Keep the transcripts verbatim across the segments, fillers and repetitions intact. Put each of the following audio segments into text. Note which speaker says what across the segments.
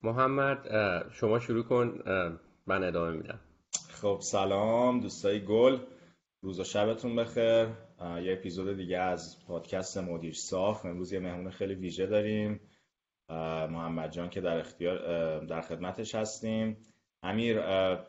Speaker 1: محمد شما شروع کن، من ادامه میدم.
Speaker 2: خب سلام دوستای گل، روز و شبتون بخیر. یه اپیزود دیگه از پادکست مدیر ساخت. امروز یه مهمون خیلی ویژه داریم، محمد جان که در اختیار در خدمتش هستیم. امیر،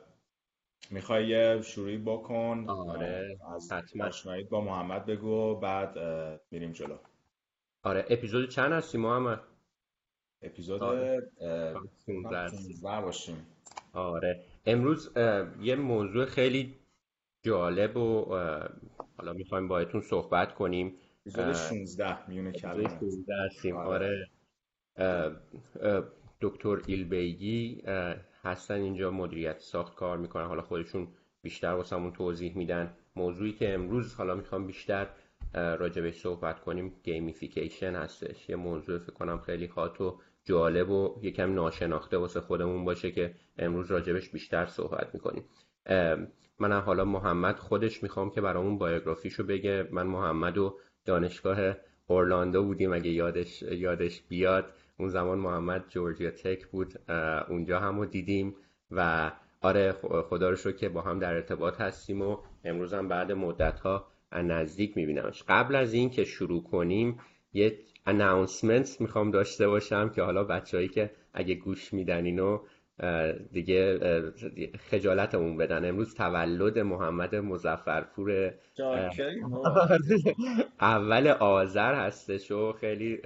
Speaker 2: میخوای یه شروعی بکن،
Speaker 1: آره،
Speaker 2: از
Speaker 1: حتما.
Speaker 2: آشناییت با محمد بگو، بعد میریم جلو.
Speaker 1: آره، اپیزود چند هستی محمد؟
Speaker 2: اپیزود
Speaker 1: آره،
Speaker 2: فکر کنم
Speaker 1: پانزده هستی.
Speaker 2: پانزده باشیم.
Speaker 1: آره، امروز یه موضوع خیلی جالب و حالا میخوایم باهاتون صحبت کنیم.
Speaker 2: اپیزود شانزده میونه
Speaker 1: اپیزود
Speaker 2: کلمات.
Speaker 1: پانزده هستیم.
Speaker 2: آره.
Speaker 1: آره. اه، اه، دکتر ایلبیگی اه، هستن اینجا، مدیریت ساخت کار میکنن. حالا خودشون بیشتر واسمون توضیح میدن. موضوعی که امروز حالا میخوام بیشتر اه، راجبش صحبت کنیم گیمیفیکیشن هستش. یه موضوع فکر کنم خیلی هات و جالب و یکم ناشناخته واسه خودمون باشه که امروز راجبش بیشتر صحبت میکنیم. من حالا محمد خودش میخوام که برامون بایوگرافیشو بگه. من محمد و دانشگاه اورلاندو بودیم، اگه یادش یادش بیاد. اون زمان محمد جورجیا تک بود، اونجا همو دیدیم و آره، خدا رو شکر که با هم در ارتباط هستیم و امروز هم بعد مدت ها نزدیک میبینمش. قبل از این که شروع کنیم یه اناونسمنت میخوام داشته باشم که حالا بچه‌هایی که اگه گوش میدن اینو دیگه خجالتمون بدن. امروز تولد محمد مظفرپور
Speaker 2: شاکریم بابا.
Speaker 1: اول آذر هستش و خیلی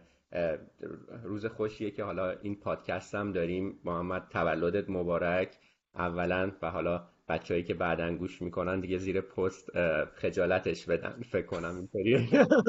Speaker 1: روز خوشیه که حالا این پادکست هم داریم. محمد تولدت مبارک اولا، و حالا بچه‌ای که بعدن گوش میکنن دیگه زیر پست خجالتش بدن، فکر کنم اینطوریه.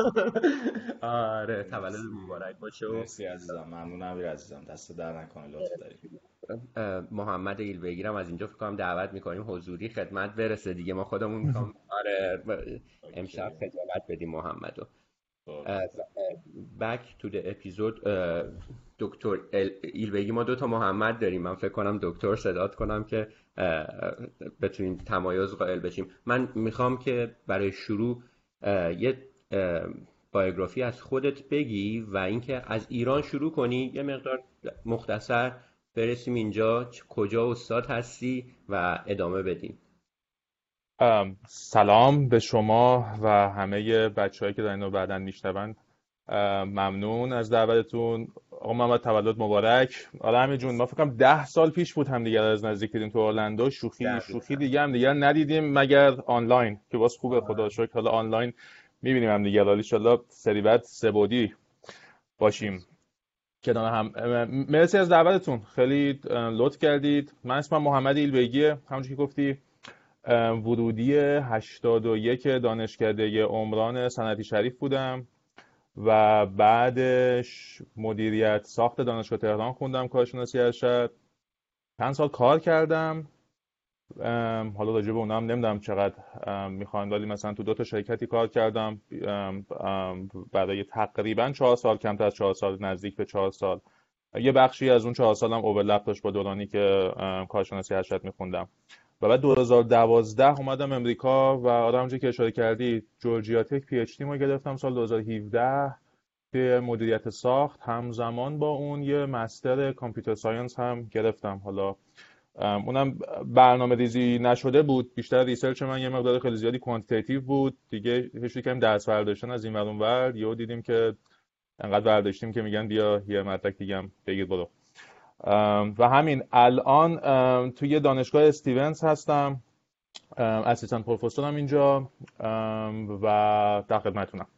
Speaker 1: آره، تولد
Speaker 2: مرسی.
Speaker 1: مبارک باشه. و
Speaker 2: مرسی عزیزم، ممنون امیر عزیزم، دست در نکنه، لطف داری.
Speaker 1: محمد ایل بگیرم از اینجا فکر کنم دعوت میکنیم حضوری خدمت برسه دیگه. ما خودمون میخوام آره امشب
Speaker 2: اوکی.
Speaker 1: خجالت بدیم محمدو.
Speaker 2: خب.
Speaker 1: back to the episode. دکتر ایلبگی، ما دو تا محمد داریم. من فکر کنم دکتر صدات کنم که بتونیم تمایز قائل بشیم. من میخوام که برای شروع یه بایوگرافی از خودت بگی و اینکه از ایران شروع کنی، یه مقدار مختصر برسیم اینجا کجا استاد هستی و ادامه بدیم.
Speaker 3: ام، سلام به شما و همه بچه‌هایی که دارین رو بعداً میشنون. ممنون از دعوتتون. آقا محمد تولد مبارک. آره همین جون، ما فکر کنم ده سال پیش بود هم دیگه از نزدیک دیدیم تو اورلندو. شوخی شوخی
Speaker 1: دقیقا.
Speaker 3: دیگه هم دیگه ندیدیم مگر آنلاین که باز خوبه، خدا رو شکر حالا آنلاین میبینیم هم دیگه. حالا ان شاءالله سری بعد سه بعدی باشیم کنار هم. مرسی از دعوتتون، خیلی لطف کردید. من اسمم محمد ایلبگیه، همونجوری که گفتی. ورودی هشتاد و یک دانشکده عمران صنعتی شریف بودم و بعدش مدیریت ساخت دانشگاه تهران خوندم، کارشناسی ارشد. چند سال کار کردم. حالا راجع به اونم نمیدونم چقدر میخوان، ولی مثلا تو دو تا شرکتی کار کردم برای تقریبا چهار سال، کمتر از چهار سال، نزدیک به چهار سال. یه بخشی از اون چهار سالم اوورلپ داشت با دورانی که کارشناسی ارشد میخوندم. و بعد دو هزار و دوازده اومدم امریکا و آدم همونجوری که اشاره کردی جورجیا تک پی اچ دی ما گرفتم سال دو هزار و هفده توی مدیریت ساخت. همزمان با اون یه مستر کامپیوتر ساینس هم گرفتم. حالا اونم برنامه ریزی نشده بود، بیشتر ریسرچ من یه مقدار خیلی زیادی کوانتیتیو بود دیگه. هیچ کم درس برداشتن از این ور اون ور، یهو دیدیم که انقدر برداشتیم که میگن بیا یه مدرک دیگه هم بگیر برو. و همین الان توی دانشگاه استیونز هستم، اسیستنت پروفسورم اینجا و در خدمتتونم.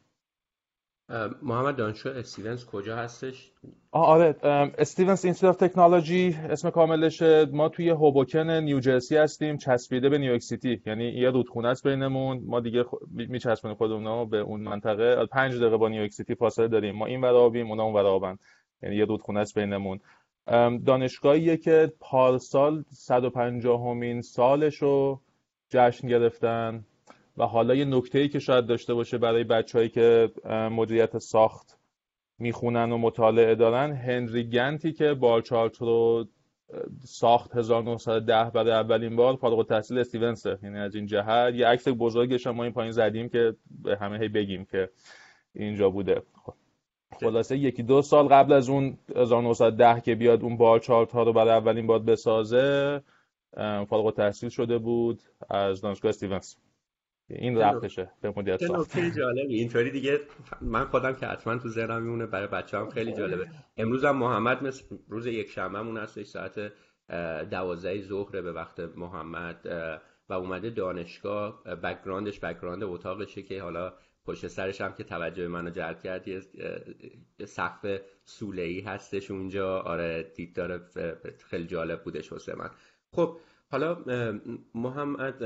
Speaker 1: محمد دانشجو استیونز کجا هستش؟
Speaker 3: آه آره، استیونز اینستیتوت آف تکنولوژی اسم کاملشه. ما توی هوبوکن نیوجرسی هستیم، چسبیده به نیویورک سیتی. یعنی یه رودخونه است بینمون، ما دیگه خ... میچسبونیم خودمون به اون منطقه. پنج دقیقه با نیویورک سیتی فاصله داریم، ما این ور آبیم اونا اون ور آبن، یعنی یه رودخونه است بینمون. دانشگاهیه که پارسال صد و پنجاهمین سالشو جشن گرفتن. و حالا یه نکته‌ای که شاید داشته باشه برای بچه‌هایی که مدیریت ساخت میخونن و مطالعه دارن، هنری گنتی که بار چارت رو ساخت هزار و نهصد و ده برای اولین بار، فارغ التحصیل استیونسه. یعنی از این جهت یه عکس بزرگش هم ما این پایین زدیم که به همه هی بگیم که اینجا بوده. خلاصه یکی دو سال قبل از اون هزار و نهصد و ده که بیاد اون بار چارت ها رو برای اولین بار بسازه فارغ التحصیل شده بود از دانشگاه استیونز. این رفتشه به مدیریت
Speaker 1: چه
Speaker 3: ساخت.
Speaker 1: نکته جالبی اینطوری دیگه من خودم که حتما تو ذهنم میمونه، برای بچه‌ام خیلی جالبه. امروز هم محمد مثل روز یک شنبهمون هستش، ساعت دوازده ظهر به وقت محمد و اومده دانشگاه. بک‌گراندش بک‌گراند اتاقشه که حالا پشت سرش هم که توجه منو جلب کرد یه سقف سوله‌ای هستش اونجا. آره دیدار خیلی جالب بودش واسه من. خب حالا محمد،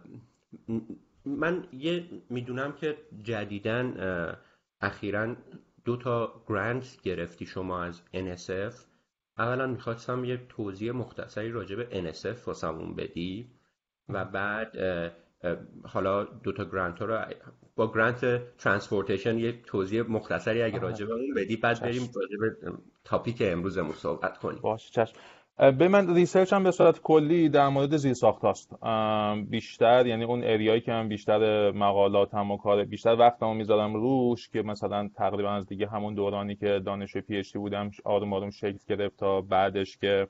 Speaker 1: من یه میدونم که جدیداً اخیراً دو تا گرانت گرفتی شما از ان اس اف. اولا میخواستم یه توضیح مختصری راجع به ان اس اف واسمون بدی و بعد حالا دو تا گرانت ها رو با گرانت ترانسپورتیشن یه توضیح مختصری اگه راجع به اون بدی، بعد بریم راجع به تاپیک امروزمون صحبت کنیم.
Speaker 3: باشه چشم. به من ریسرچ هم به صورت کلی در مورد زیرساخت هاست بیشتر، یعنی اون اریایی که من بیشتر مقالاتم و کار بیشتر وقتمو میذارم روش، که مثلا تقریبا از دیگه همون دورانی که دانشجوی پی اچ دی بودم آروم آروم شکل گرفت تا بعدش که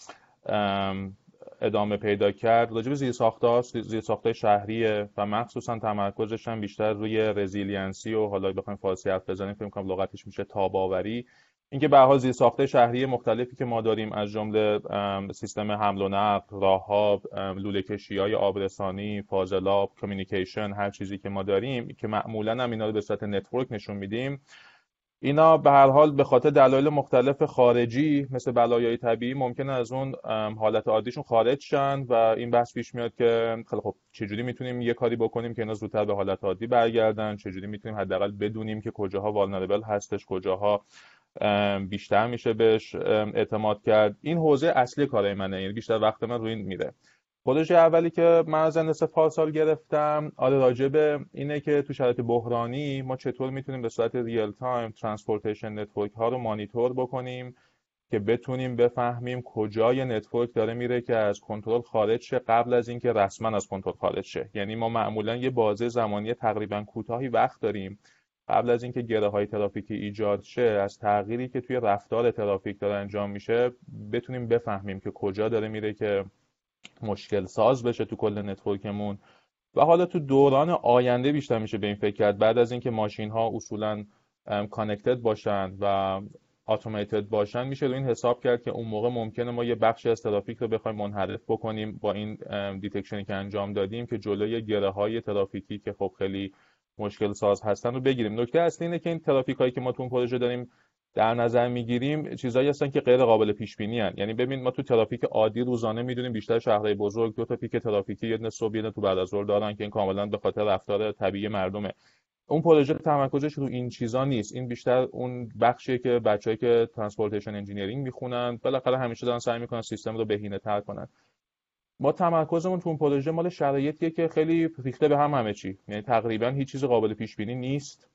Speaker 3: ادامه پیدا کرد، راجع به زیرساخت هاست، زیرساخت شهریه و مخصوصا تمرکزش هم بیشتر روی رزیلینسی و حالا بخوایم فارسی حرف بزنیم فکر کنم لغتش میشه تاب‌آوری. اینکه به هر حال زیرساخت‌های شهری مختلفی که ما داریم از جمله سیستم حمل و نقل، راه‌ها، لوله‌کشی‌های آبرسانی، فاضلاب، کامیونیکیشن، هر چیزی که ما داریم که معمولاً هم اینا رو به صورت نتورک نشون میدیم، اینا به هر حال به خاطر دلایل مختلف خارجی مثل بلایای طبیعی ممکنه از اون حالت عادیشون خارج شن و این بحث پیش میاد که خیلی خب چجوری میتونیم یه کاری بکنیم که اینا زودتر به حالت عادی برگردن، چجوری میتونیم حداقل بدونیم که کجاها والنربل هستش، کجاها بیشتر میشه بهش اعتماد کرد. این حوزه اصلی کارای منه، یعنی بیشتر وقت من روی این میره. پروژه اولی که من از ان اس اف پارسال گرفتم آره راجع به اینه که تو شرایط بحرانی ما چطور میتونیم به صورت ریل تایم ترانسپورتیشن نتورک ها رو مانیتور بکنیم که بتونیم بفهمیم کجای نتورک داره میره که از کنترل خارج شه قبل از اینکه رسما از کنترل خارج شه. یعنی ما معمولا یه بازه زمانی تقریبا کوتاهی وقت داریم قبل از اینکه گره‌های ترافیکی ایجاد شه از تغییری که توی رفتار ترافیک داره انجام میشه بتونیم بفهمیم که کجا داره میره که مشکل ساز بشه تو کل نتورکمون. و حالا تو دوران آینده بیشتر میشه به این فکر کرد، بعد از اینکه ماشین ها اصولا کانکتد باشن و اتوماتد باشن میشه رو این حساب کرد که اون موقع ممکنه ما یه بخشی از ترافیک رو بخوایم منحرف بکنیم با این دیتکشنی که انجام دادیم که جلوی گره‌های ترافیکی که خب خیلی مشکل ساز هستن رو بگیریم. نکته اصلی اینه که این ترافیک هایی که ما تو اون پروژه داریم در نظر میگیریم چیزایی هستن که غیر قابل پیش بینی ان. یعنی ببین ما تو ترافیک عادی روزانه میدونیم بیشتر شهرهای بزرگ دو تا پیک ترافیکی یه دونه صبح یه تو بعد از ظهر دارن که این کاملا به خاطر رفتار طبیعی مردمه. اون پروژه تمرکزش رو این چیزا نیست، این بیشتر اون بخشیه که بچه‌ای که ترانسپورتیشن انجینیرینگ میخونن بالاخره همیشه دارن سعی میکنن سیستم رو بهینه‌تر کنن. ما تمرکزمون تو اون پروژه مال شرایطیه که خیلی ریخته به هم همه چی، یعنی تقریبا هیچ چیز قابل پیش بینی نیست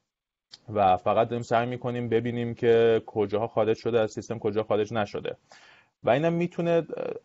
Speaker 3: و فقط داریم سعی میکنیم ببینیم که کجاها خارج شده از سیستم کجا خارج نشده. و اینم میتونه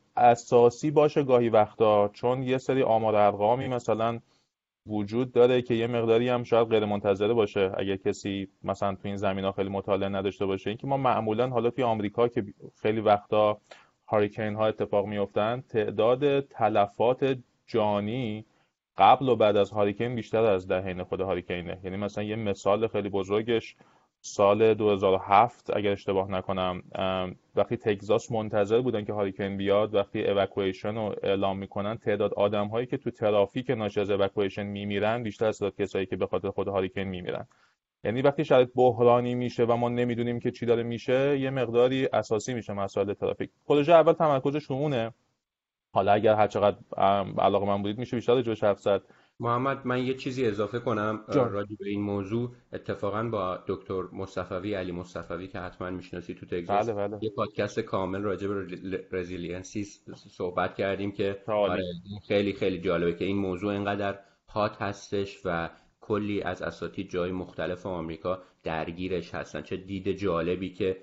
Speaker 3: اساسی باشه گاهی وقتا، چون یه سری آمار ارقامی مثلا وجود داره که یه مقداری هم شاید غیر منتظره باشه اگه کسی مثلا تو این زمینه خیلی مطالعه نداشته باشه. اینکه ما معمولا حالا توی آمریکا که خیلی وقتا هاریکین ها اتفاق میافتن تعداد تلفات جانی قبل و بعد از هاریکین بیشتر از در حین خود هاریکینه. یعنی مثلا یه مثال خیلی بزرگش سال دو هزار و هفت اگر اشتباه نکنم وقتی تگزاس منتظر بودن که هاریکین بیاد، وقتی اواکویشن رو اعلام میکنن تعداد آدم هایی که تو ترافیک ناشی از اواکویشن میمیرن بیشتر از تعداد کسایی که به خاطر خود هاریکین میمیرن. یعنی وقتی شرایط بحرانی میشه و ما نمیدونیم که چی داره میشه یه مقداری اساسی میشه مسائل ترافیک. پروژه اول تمرکزش رو اونه. حالا اگر هر چقدر علاقه من بودید میشه بیشتر راجعش حرف زد.
Speaker 1: محمد من یه چیزی اضافه کنم راجع به این موضوع. اتفاقا با دکتر مصطفی علی مصطفی که حتما میشناسی تو تگزاس
Speaker 3: بله بله.
Speaker 1: یه پادکست کامل راجع به رزیلینسی صحبت کردیم که آره خیلی خیلی جالبه که این موضوع اینقدر هات هستش و کلی از اساتید جای مختلف آمریکا درگیرش هستن. چه دید جالبی که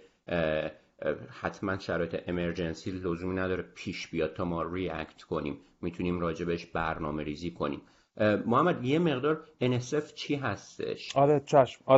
Speaker 1: حتما شرایط امرجنسی لزومی نداره پیش بیاد تا ما ریاکت کنیم، میتونیم راجبش برنامه ریزی کنیم. محمد یه مقدار ان اس اف چی هستش؟
Speaker 3: آره چشم. آره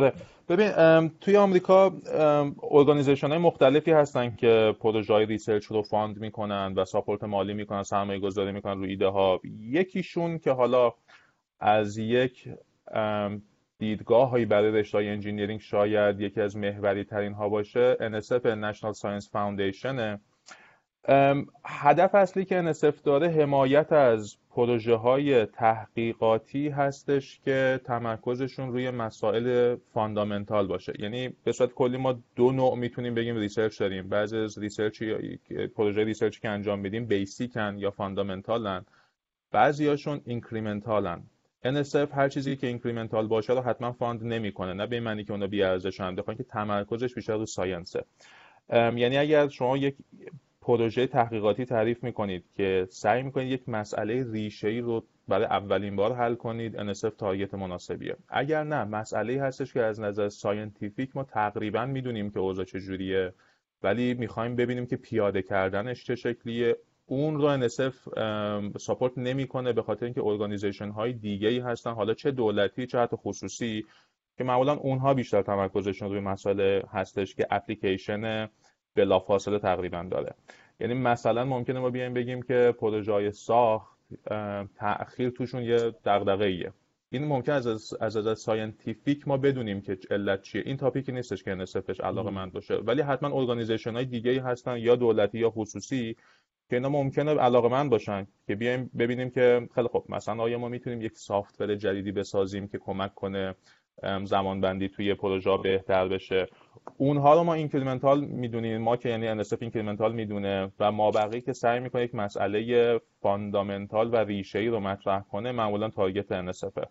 Speaker 3: ببین توی آمریکا ارگانیزیشن های مختلفی هستن که پروژه های ریسرچ رو فاند میکنن و ساپورت مالی میکنن، سرمایه گذاری میکنن روی ایده ها. یکیشون که حالا از یک دیدگاه هایی برای رشته های انجینیرینگ شاید یکی از محوری ترین ها باشه، ان اس اف National Science Foundation. هدف اصلی که ان اس اف داره حمایت از پروژه های تحقیقاتی هستش که تمرکزشون روی مسائل فاندامنتال باشه. یعنی به صورت کلی ما دو نوع میتونیم بگیم ریسرچ داریم. بعضی از ریسرچی پروژه ریسرچی که انجام میدیم بیسیکن یا فاندامنتالن، بعضیاشون اینکریمنتالن. ان اس اف هر چیزی که اینکریمنتال باشه رو حتما فاند نمیکنه، نه به معنی که اونا بی ارزشن، بخاطر اینکه تمرکزش بیشتر رو ساینسه. یعنی اگر شما یک پروژه تحقیقاتی تعریف میکنید که سعی میکنید یک مسئله ریشه‌ای رو برای اولین بار حل کنید، ان اس اف تارگت مناسبیه. اگر نه مسئله هستش که از نظر ساینتیفیک ما تقریبا میدونیم که اوضاع چجوریه ولی میخوایم ببینیم که پیاده کردنش چه شکلیه، اون رو ان اس اف ساپورت نمیکنه، به خاطر اینکه ارگانیزیشن های دیگه‌ای هستن، حالا چه دولتی چه حتی خصوصی، که معمولا اونها بیشتر تمرکزشون روی مسائل هستش که اپلیکیشن بلافاصله تقریبا داره. یعنی مثلا ممکنه ما بیایم بگیم که پروژه‌های ساخت تأخیر توشون یه دغدغه‌ایه. این ممکن از از از ساینتیفیک ما بدونیم که علت چیه. این تاپیکی نیستش که ان اس اف علاقه‌مند باشه، ولی حتما ارگانیزیشن‌های دیگه‌ای هستن یا دولتی یا خصوصی که اینا ممکنه علاقه‌مند باشن که بیایم ببینیم که خیلی خب مثلا آیا ما میتونیم یک سافت‌ور جدیدی بسازیم که کمک کنه زمانبندی توی پروژه بهتر بشه. اونها رو ما اینکریمنتال میدونیم، ما که یعنی ان اس اف اینکریمنتال میدونه و ما بقیه که سعی میکنه یک مسئله فاندامنتال و ریشه‌ای رو مطرح کنه معمولا تارگت ان اس اف.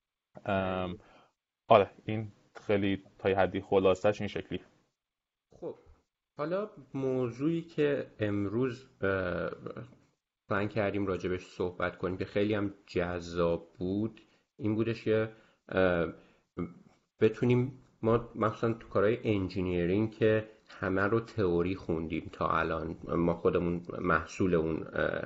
Speaker 3: آره این خیلی تا حدی خلاصش این شکلی.
Speaker 1: خب حالا موضوعی که امروز پلان کردیم راجبش صحبت کنیم که خیلی هم جذاب بود این بودش که بتونیم ما مثلا تو کارهای انجینیرینگ که همه رو تئوری خوندیم تا الان، ما خودمون محصول اون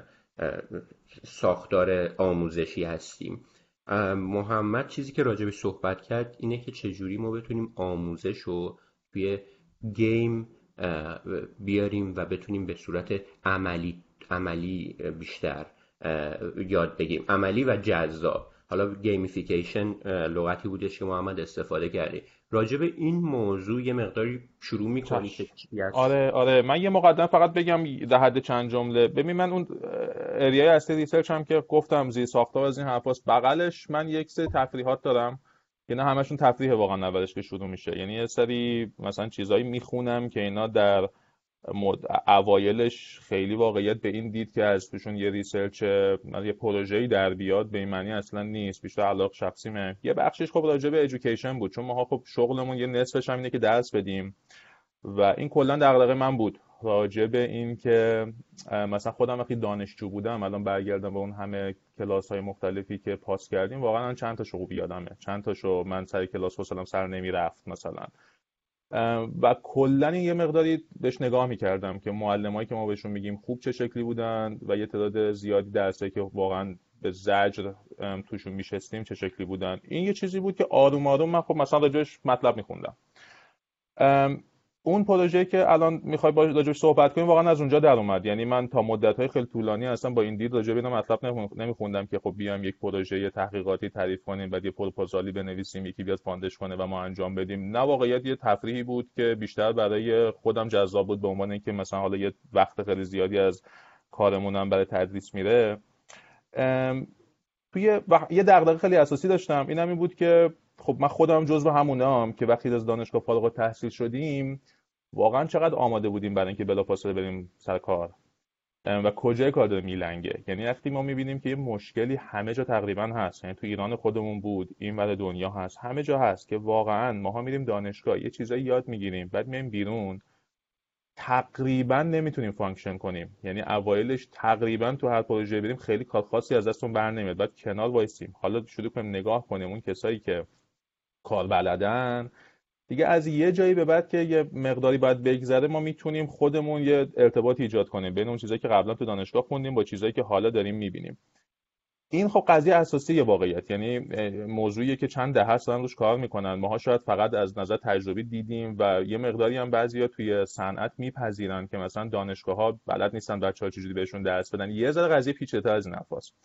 Speaker 1: ساختار آموزشی هستیم. محمد چیزی که راجبش صحبت کرد اینه که چجوری ما بتونیم آموزش رو توی گیم بیاریم و بتونیم به صورت عملی عملی بیشتر یاد بگیریم، عملی و جذاب. حالا گیمیفیکیشن لغتی بودش که محمد استفاده کردی. راجع به این موضوع یه مقداری شروع می‌کنی که چی هست؟
Speaker 3: آره آره من یه مقدمه فقط بگم در حد چند جمله. ببین من اون اریای اصلی ریسرچ هم که گفتم زیر ساختار از این حرفاست، بغلش من یک سری تفریحات دارم که نه همشون تفریح واقعا اولش که شروع میشه. یعنی یه سری مثلا چیزایی میخونم که اینا در اوایلش خیلی واقعیت به این دید که از توشون یه ریسرچ یه پروژه‌ای در بیاد، به این معنی اصلا نیست، بیشتر علاقه شخصیمه. یه بخشش خب راجع به ادویکیشن بود، چون ما خب شغلمون یه نصفش هم اینه که درس بدیم و این کلا دغدغه من بود راجع به این که مثلا خودم وقتی دانشجو بودم، الان برگردم به اون همه کلاس‌های مختلفی که پاس کردیم، واقعا چند تاشو خوب یادمه، چند تاشو من سر کلاس حوصله‌ام سر نمیرفت مثلا. و کلا یه مقداری بهش نگاه میکردم که معلمایی که ما بهشون میگیم خوب چه شکلی بودن و یه تعداد زیادی درسایی که واقعا به زجر توشون میشستیم چه شکلی بودن. این یه چیزی بود که آروم آروم من خب مثلا راجعش مطلب میخوندم. اون پروژه‌ای که الان میخوای راجعش صحبت کنیم واقعا از اونجا در اومد. یعنی من تا مدت‌های خیلی طولانی اصلا با این دید راجع به اینا مطلب نمیخوندم که خب بیام یک پروژه تحقیقاتی تعریف کنیم، بعد یه پروپوزالی بنویسیم، یکی بیاد فاندش کنه و ما انجام بدیم. نه واقعیت یه تفریحی بود که بیشتر برای خودم جذاب بود، به عنوان اینکه مثلا حالا یه وقت خیلی زیادی از کارمونم برای تدریس میره. توی وق... یه دغدغه خیلی اساسی داشتم، اینم این بود که خب من خودم جزو همونام که وقتی از دانشگاه فارغ التحصیل شدیم واقعا چقدر آماده بودیم برای اینکه بلافاصله بریم سر کار و کجای کار داره میلنگه. یعنی وقتی ما میبینیم که یه مشکلی همه جا تقریبا هست، یعنی تو ایران خودمون بود، این ور دنیا هست، همه جا هست که واقعا ماها میریم دانشگاه یه چیزایی یاد میگیریم، بعد میایم بیرون تقریبا نمیتونیم فانکشن کنیم. یعنی اوایلش تقریبا تو هر پروژه بریم خیلی کار خاصی از دستمون بر نمیاد، بعد کنار وایسیم. حالا شروع کنیم نگاه کنیم اون کسایی که کار بلدن دیگه، از یه جایی به بعد که یه مقداری باید بگذره ما میتونیم خودمون یه ارتباط ایجاد کنیم بین اون چیزایی که قبلا تو دانشگاه خوندیم با چیزایی که حالا داریم میبینیم. این خب قضیه اساسی واقعیت، یعنی موضوعیه که چند دهه هستن روش کار میکنن. ماها شاید فقط از نظر تجربی دیدیم و یه مقداری هم بعضیا توی صنعت میپذیرن که مثلا دانشگاه‌ها بلد نیستن بچه‌ها چجوری بهشون درس بدن. یه ذره قضیه پیچیده‌تر از این حرفاست.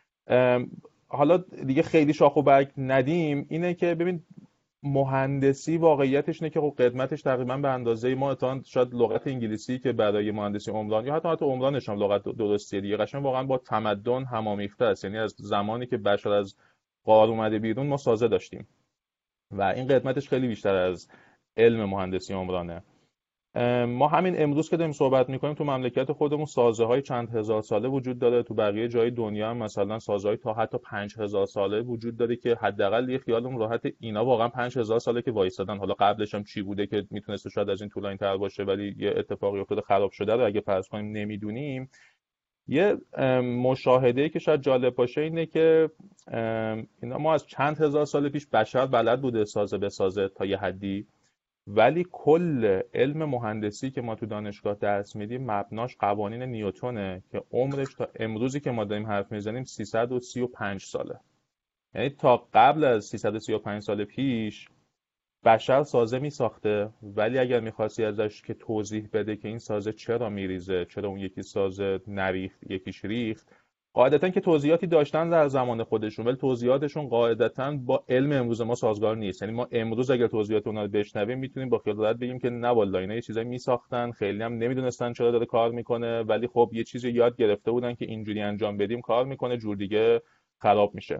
Speaker 3: حالا دیگه خیلی شاخ و برگ ندیم، اینه که ببین مهندسی واقعیتش اینه که خب قدمتش تقریبا به اندازه ما تا شاید لغت انگلیسی که برای مهندسی عمران یا حتی حتی عمرانش هم لغت درستیه دیگه، قشنگ واقعا با تمدن همامیخته است. یعنی از زمانی که بشر از غار اومده بیرون ما سازه داشتیم و این قدمتش خیلی بیشتر از علم مهندسی عمرانه. ما همین امروز که داریم صحبت میکنیم تو مملکت خودمون سازه های چند هزار ساله وجود داره. تو بقیه جای دنیا هم مثلا سازه های تا حتی پنج هزار ساله وجود داره که حداقل یه خیالمون راحت اینا واقعا پنج هزار ساله که وایسادن. حالا قبلش هم چی بوده که میتونسته شاید از این طولانی تر باشه، ولی یه اتفاقی افتاده خراب شده رو اگه فرض کنیم نمیدونیم. یه مشاهده که شاید جالب باشه اینه که اینا ما از چند هزار سال پیش بشر بلد بوده سازه بسازه تا یه حدی، ولی کل علم مهندسی که ما تو دانشگاه درس میدیم مبناش قوانین نیوتونه که عمرش تا امروزی که ما داریم حرف میزنیم سیصد و سی و پنج ساله. یعنی تا قبل از سیصد و سی و پنج سال پیش بشر سازه میساخته، ولی اگر میخواستی ازش که توضیح بده که این سازه چرا میریزه، چرا اون یکی سازه نریخت یکیش ریخت، قاعدتاً که توضیحاتی داشتن در زمان خودشون، ولی توضیحاتشون قاعدتاً با علم امروز ما سازگار نیست. یعنی ما امروز اگر توضیحات اونها رو بشنویم میتونیم با خیال راحت بگیم که نه والله اینا یه چیزایی میساختن، خیلی هم نمیدونستن چرا داره کار میکنه، ولی خب یه چیزی یاد گرفته بودن که اینجوری انجام بدیم کار میکنه، جور دیگه خراب میشه.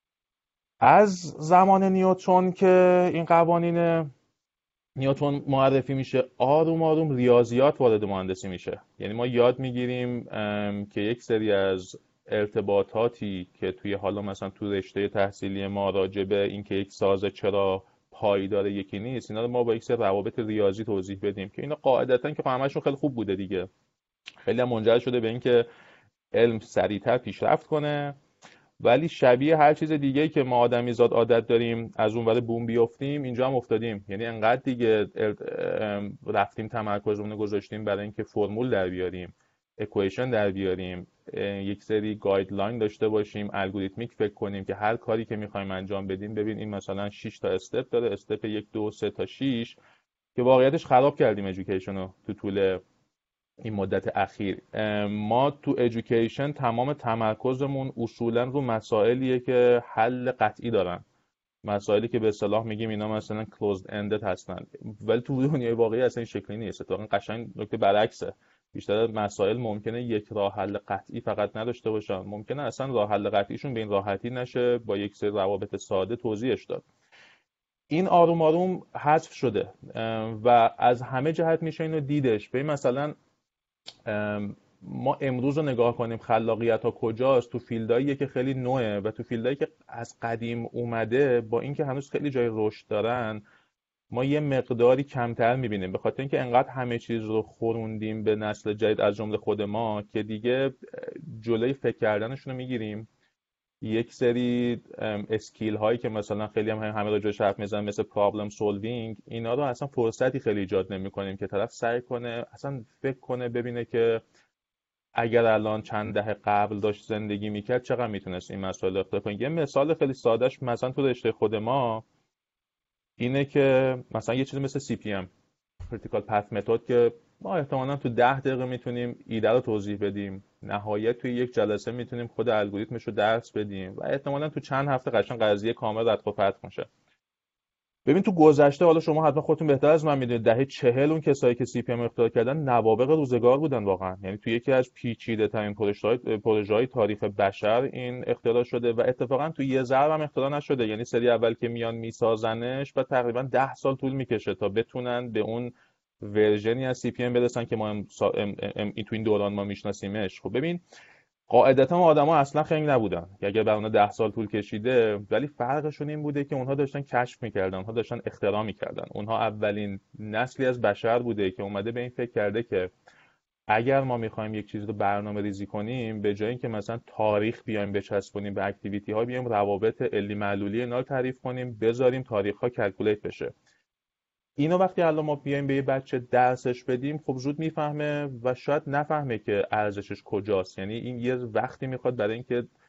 Speaker 3: از زمان نیوتن که این قوانین نیوتن معرفی میشه آروم آروم ریاضیات وارد مهندسی میشه. یعنی ما یاد میگیریم که یک سری از ارتباطاتی که توی حالا مثلا تو رشته تحصیلی ما راجع به اینکه یک سازه چرا پایدار یکی نیست، اینا رو ما با یک سری روابط ریاضی توضیح بدیم که اینا قاعدتاً که همه‌شون خیلی خوب بوده دیگه، خیلی هم منجر شده به اینکه علم سریعتر پیشرفت کنه. ولی شبیه هر چیز دیگه‌ای که ما آدمیزاد عادت داریم از اون ور بوم بیافتیم، اینجا هم افتادیم. یعنی انقدر دیگه رفتیم تمرکزمون رو گذاشتیم برای اینکه فرمول در بیاریم، اکویشن در بیاریم، یک سری گایدلاین داشته باشیم، الگوریتمیک فکر کنیم که هر کاری که می‌خوایم انجام بدیم ببین این مثلا شش تا استپ داره، استپ یک دو سه تا شش، که واقعیتش خراب کردیم ادویکیشن رو تو طول این مدت اخیر. ما تو ادویکیشن تمام تمرکزمون اصولا رو مسائلیه که حل قطعی دارن، مسائلی که به اصطلاح میگیم اینا مثلا closed ended هستن، ولی تو دنیای واقعی اصلا این شکلی نیست. اتفاقا قشنگ نکته برعکسه. بیشتر مسائل ممکنه یک راه حل قطعی فقط نداشته باشن، ممکنه اصلا راه حل قطعیشون به این راحتی نشه با یک سری روابط ساده توضیحش داد. این آروم آروم حذف شده و از همه جهت میشه اینو دیدش. به مثلا ما امروز رو نگاه کنیم خلاقیت ها کجاست، تو فیلدهاییه که خیلی نوعه و تو فیلدهایی که از قدیم اومده با اینکه هنوز خیلی جای رشد دارن ما یه مقداری کمتر میبینیم، به خاطر اینکه انقدر همه چیز رو خوروندیم به نسل جدید از جمله خود ما که دیگه جلوی فکر کردنشون رو میگیریم. یک سری اسکیل هایی که مثلا خیلی هم همه راجعش حرف میزنن مثل پرابلم سولوینگ، اینا رو اصلا فرصتی خیلی ایجاد نمی‌کنیم که طرف سعی کنه اصلا فکر کنه ببینه که اگر الان چند دهه قبل داشت زندگی میکرد چقدر میتونست این مسائل رو اختیار کنه. یه مثال خیلی سادهش مثلا تو رشته خود ما اینه که مثلا یه چیزی مثل سی پی ام Critical Path Method که ما احتمالاً تو ده دقیقه میتونیم ایده رو توضیح بدیم، نهایت توی یک جلسه میتونیم خود الگوریتمش رو درس بدیم و احتمالاً تو چند هفته قشنگ قضیه کامل ردخ و فتح میشه. ببین تو گذشته، حالا شما حتما خودتون بهتر از من میدونید، دهه چهل اون کسایی که سی پی ام اختراع کردن نوابغ روزگار بودن واقعا. یعنی تو یکی از پیچیده ترین پروژه‌های تاریخ بشر این اختراع شده و اتفاقا تو یه ضرب هم اختراع نشده. یعنی سری اول که میان میسازنش و تقریبا ده سال طول میکشه تا بتونن به اون ورژنی از سی پی ام برسن که ما ام ام ام تو این دوران ما میشناسیمش. خب ببین قاعدتا آدما اصلا خنگ نبودن که اگر بر اونها ده سال طول کشیده، ولی فرقشون این بوده که اونها داشتن کشف میکردن، اونها داشتن اختراع میکردن. اونها اولین نسلی از بشر بوده که اومده به این فکر کرده که اگر ما میخوایم یک چیز رو برنامه ریزی کنیم، به جای اینکه مثلا تاریخ بیایم بچسبونیم به اکتیویتی ها، بیایم روابط علی معلولی اینا رو تعریف کنیم، بذاریم تاریخ ها کلکولیت بشه. اینو وقتی الان ما بیایم به یه بچه درسش بدیم، خب زود میفهمه و شاید نفهمه که ارزشش کجاست. یعنی این یه وقتی میخواد برای اینکه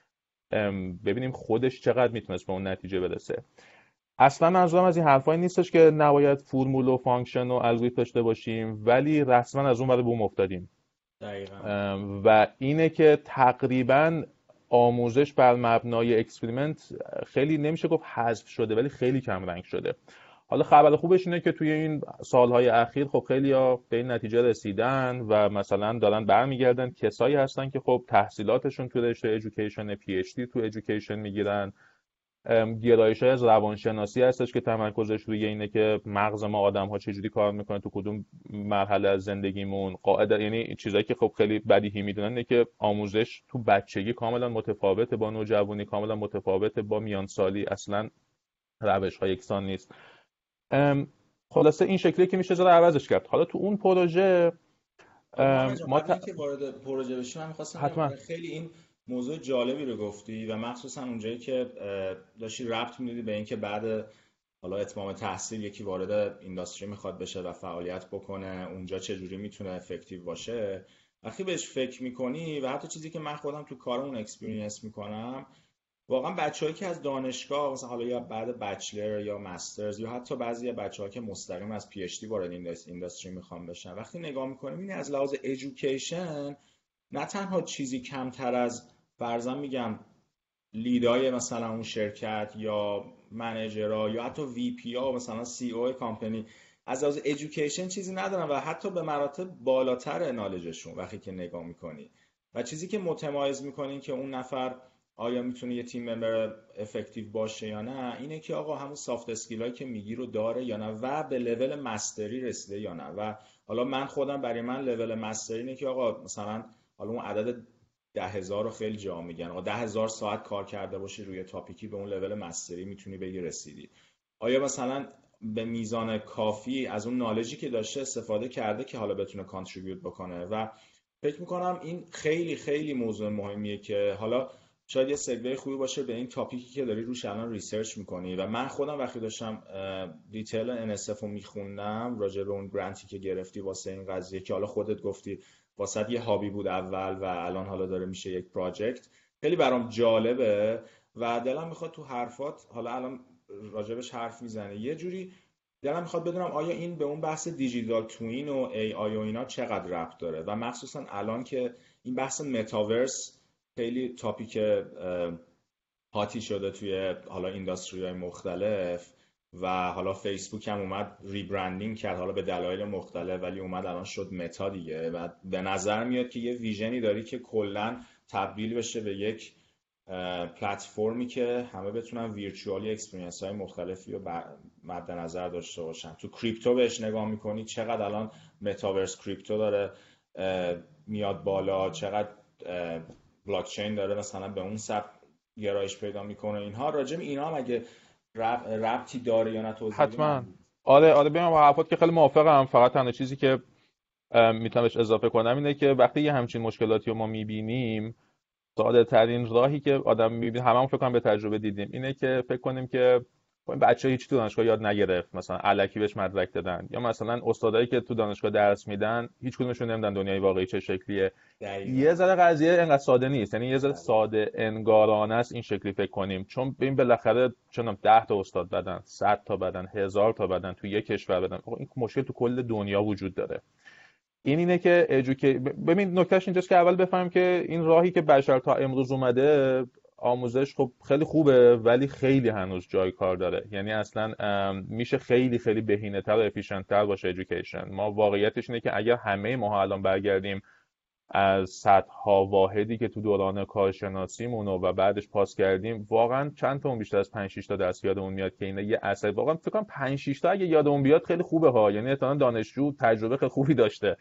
Speaker 3: ببینیم خودش چقدر میتونست به اون نتیجه برسه. اصلا منظورم از این حرفایی نیستش که نباید فرمول و فانکشن و الگوریتم داشته باشیم، ولی رسما از اون برای بوم افتادیم.
Speaker 2: دقیقاً.
Speaker 3: و اینه که تقریبا آموزش بر مبنای اکسپریمنت خیلی نمیشه گفت حذف شده، ولی خیلی کم رنگ شده. حالا خبر خوبش اینه که توی این سالهای اخیر خب خیلی‌ها به این نتیجه رسیدن و مثلا دارن برمیگردن، کسایی هستن که خب تحصیلاتشون تو رشته ادویکیشن، پی اچ دی تو ادویکیشن میگیرن. گرایش‌های از روانشناسی هستش که تمرکزش روی اینه که مغز ما آدم‌ها چجوری کار میکنه تو کدوم مرحله از زندگیمون. قاعده یعنی چیزایی که خب خیلی بدیهی میدونن اینه که آموزش تو بچگی کاملا متفاوته با نوجوانی، کاملا متفاوته با میانسالی، اصلا روش‌ها یکسان نیست. خلاصه این شکلی که میشه زرا عوضش کرد. حالا تو اون پروژه
Speaker 2: ما تا... که وارد پروژه بشیم من می‌خواستم خیلی این موضوع جالبی رو گفتی و مخصوصا اونجایی که داشتی ربط میدادی به این که بعد حالا اتمام تحصیل یکی وارد اینداستری میخواد بشه و فعالیت بکنه، اونجا چجوری میتونه افکتیو باشه. وقتی بهش فکر میکنی و حتی چیزی که من خودم تو کارمون اکسپریانس میکنم، واقعا بچه‌هایی که از دانشگاه مثلا حالا یا بعد بچلر یا مسترز یا حتی بعضی بچه‌ها که مستقیم از پی اچ دی وارد اینداستری میخوان بشن، وقتی نگاه میکنیم این از لحاظ ادویکیشن نه تنها چیزی کمتر از فرضاً میگم لیدای مثلا اون شرکت یا منیجرها یا حتی وی پی ها مثلا سی او کامپنی از لحاظ ادویکیشن چیزی ندارن و حتی به مراتب بالاتر نالجشون وقتی که نگاه میکنی و چیزی که متمایز میکنین که اون نفر آیا میتونه یه تیم ممبر افکتیو باشه یا نه، اینه که آقا همون سافت اسکیلایی که میگی رو داره یا نه و به لول مستری رسیده یا نه. و حالا من خودم برای من لول مستری اینه که آقا مثلا حالا اون عدد ده هزار رو خیلی جا میگن، آقا ده هزار ساعت کار کرده باشی روی تاپیکی، به اون لول مستری میتونی بگی رسیدی. آیا مثلا به میزان کافی از اون نالجی که داشته استفاده کرده که حالا بتونه کانتریبیوت بکنه؟ و فکر میکنم این خیلی خیلی موضوع مهمیه که حالا شاید یه سگوی خوبی باشه به این تاپیکی که داری روش الان ریسرچ میکنی. و من خودم وقتی داشتم دیتیل ان اس اف رو میخوندم راجع به اون گرانتی که گرفتی واسه این قضیه که حالا خودت گفتی واسه یه هابی بود اول و الان حالا داره میشه یک پراجکت، خیلی برام جالبه و دلم میخواد تو حرفات حالا الان راجبش حرف میزنه یه جوری دلم میخواد بدونم آیا این به اون بحث دیجیتال توین و ای آی و اینا چقدر ربط داره و مخصوصا الان که این بحث متاورس خیلی تاپیک هاتی شده توی حالا اینداستری‌های مختلف و حالا فیسبوک هم اومد ریبرندینگ کرد حالا به دلایل مختلف ولی اومد الان شد متا دیگه و به نظر میاد که یه ویژنی داری که کلاً تبدیل بشه به یک پلتفرمی که همه بتونن ویرچوالی اکسپریانس های مختلفی رو مد نظر داشته باشن. تو کریپتو بهش نگاه میکنی چقدر الان متاورس کریپتو داره میاد بالا، چقدر بلاک چین داره مثلا به اون سبک گرایش پیدا میکنه. اینها راجع به اینا هم اگه ربطی داره یا نه توضیح
Speaker 3: حتما. آره آره ببین با حرفات که خیلی موافقم. فقط تنها چیزی که میتونم بهش اضافه کنم اینه که وقتی یه همچین مشکلاتی رو ما میبینیم، ساده ترین راهی که آدم میبینه، هممون فکر کنم به تجربه دیدیم، اینه که فکر کنیم که این بچه هیچ تو دانشگاه یاد نگرفت، مثلا الکی بهش مدرک دادن، یا مثلا استادایی که تو دانشگاه درس میدن هیچ کدومشون نمیدونن دنیای واقعی چه شکلیه. دقیقا. یه ذره قضیه اینقدر ساده نیست، یعنی یه ذره ساده انگارانه است این شکلی فکر کنیم، چون ببین بالاخره چون ده تا استاد بدن، صد تا بدن، هزار تا بدن تو یک کشور بدن، این مشکل تو کل دنیا وجود داره. این اینه که ادوکی... ببین نکتهش اینجاست که اول بفهم که این راهی که بشر تا امروز اومده، آموزش خب خیلی خوبه ولی خیلی هنوز جای کار داره. یعنی اصلا میشه خیلی خیلی بهینه‌تر و افیشنت‌تر باشه ادویکیشن. ما واقعیتش اینه که اگر همه ما الان برگردیم از صدها واحدی که تو دوران کارشناسیمون و بعدش پاس کردیم، واقعا چند تا اون بیشتر از پنج شش تا درس یادمون میاد که اینا یه اثر، واقعا فکر کنم پنج شش تا اگه یادمون بیاد خیلی خوبه ها، یعنی احتمالاً دانشجو تجربه خیلی خوبی داشته.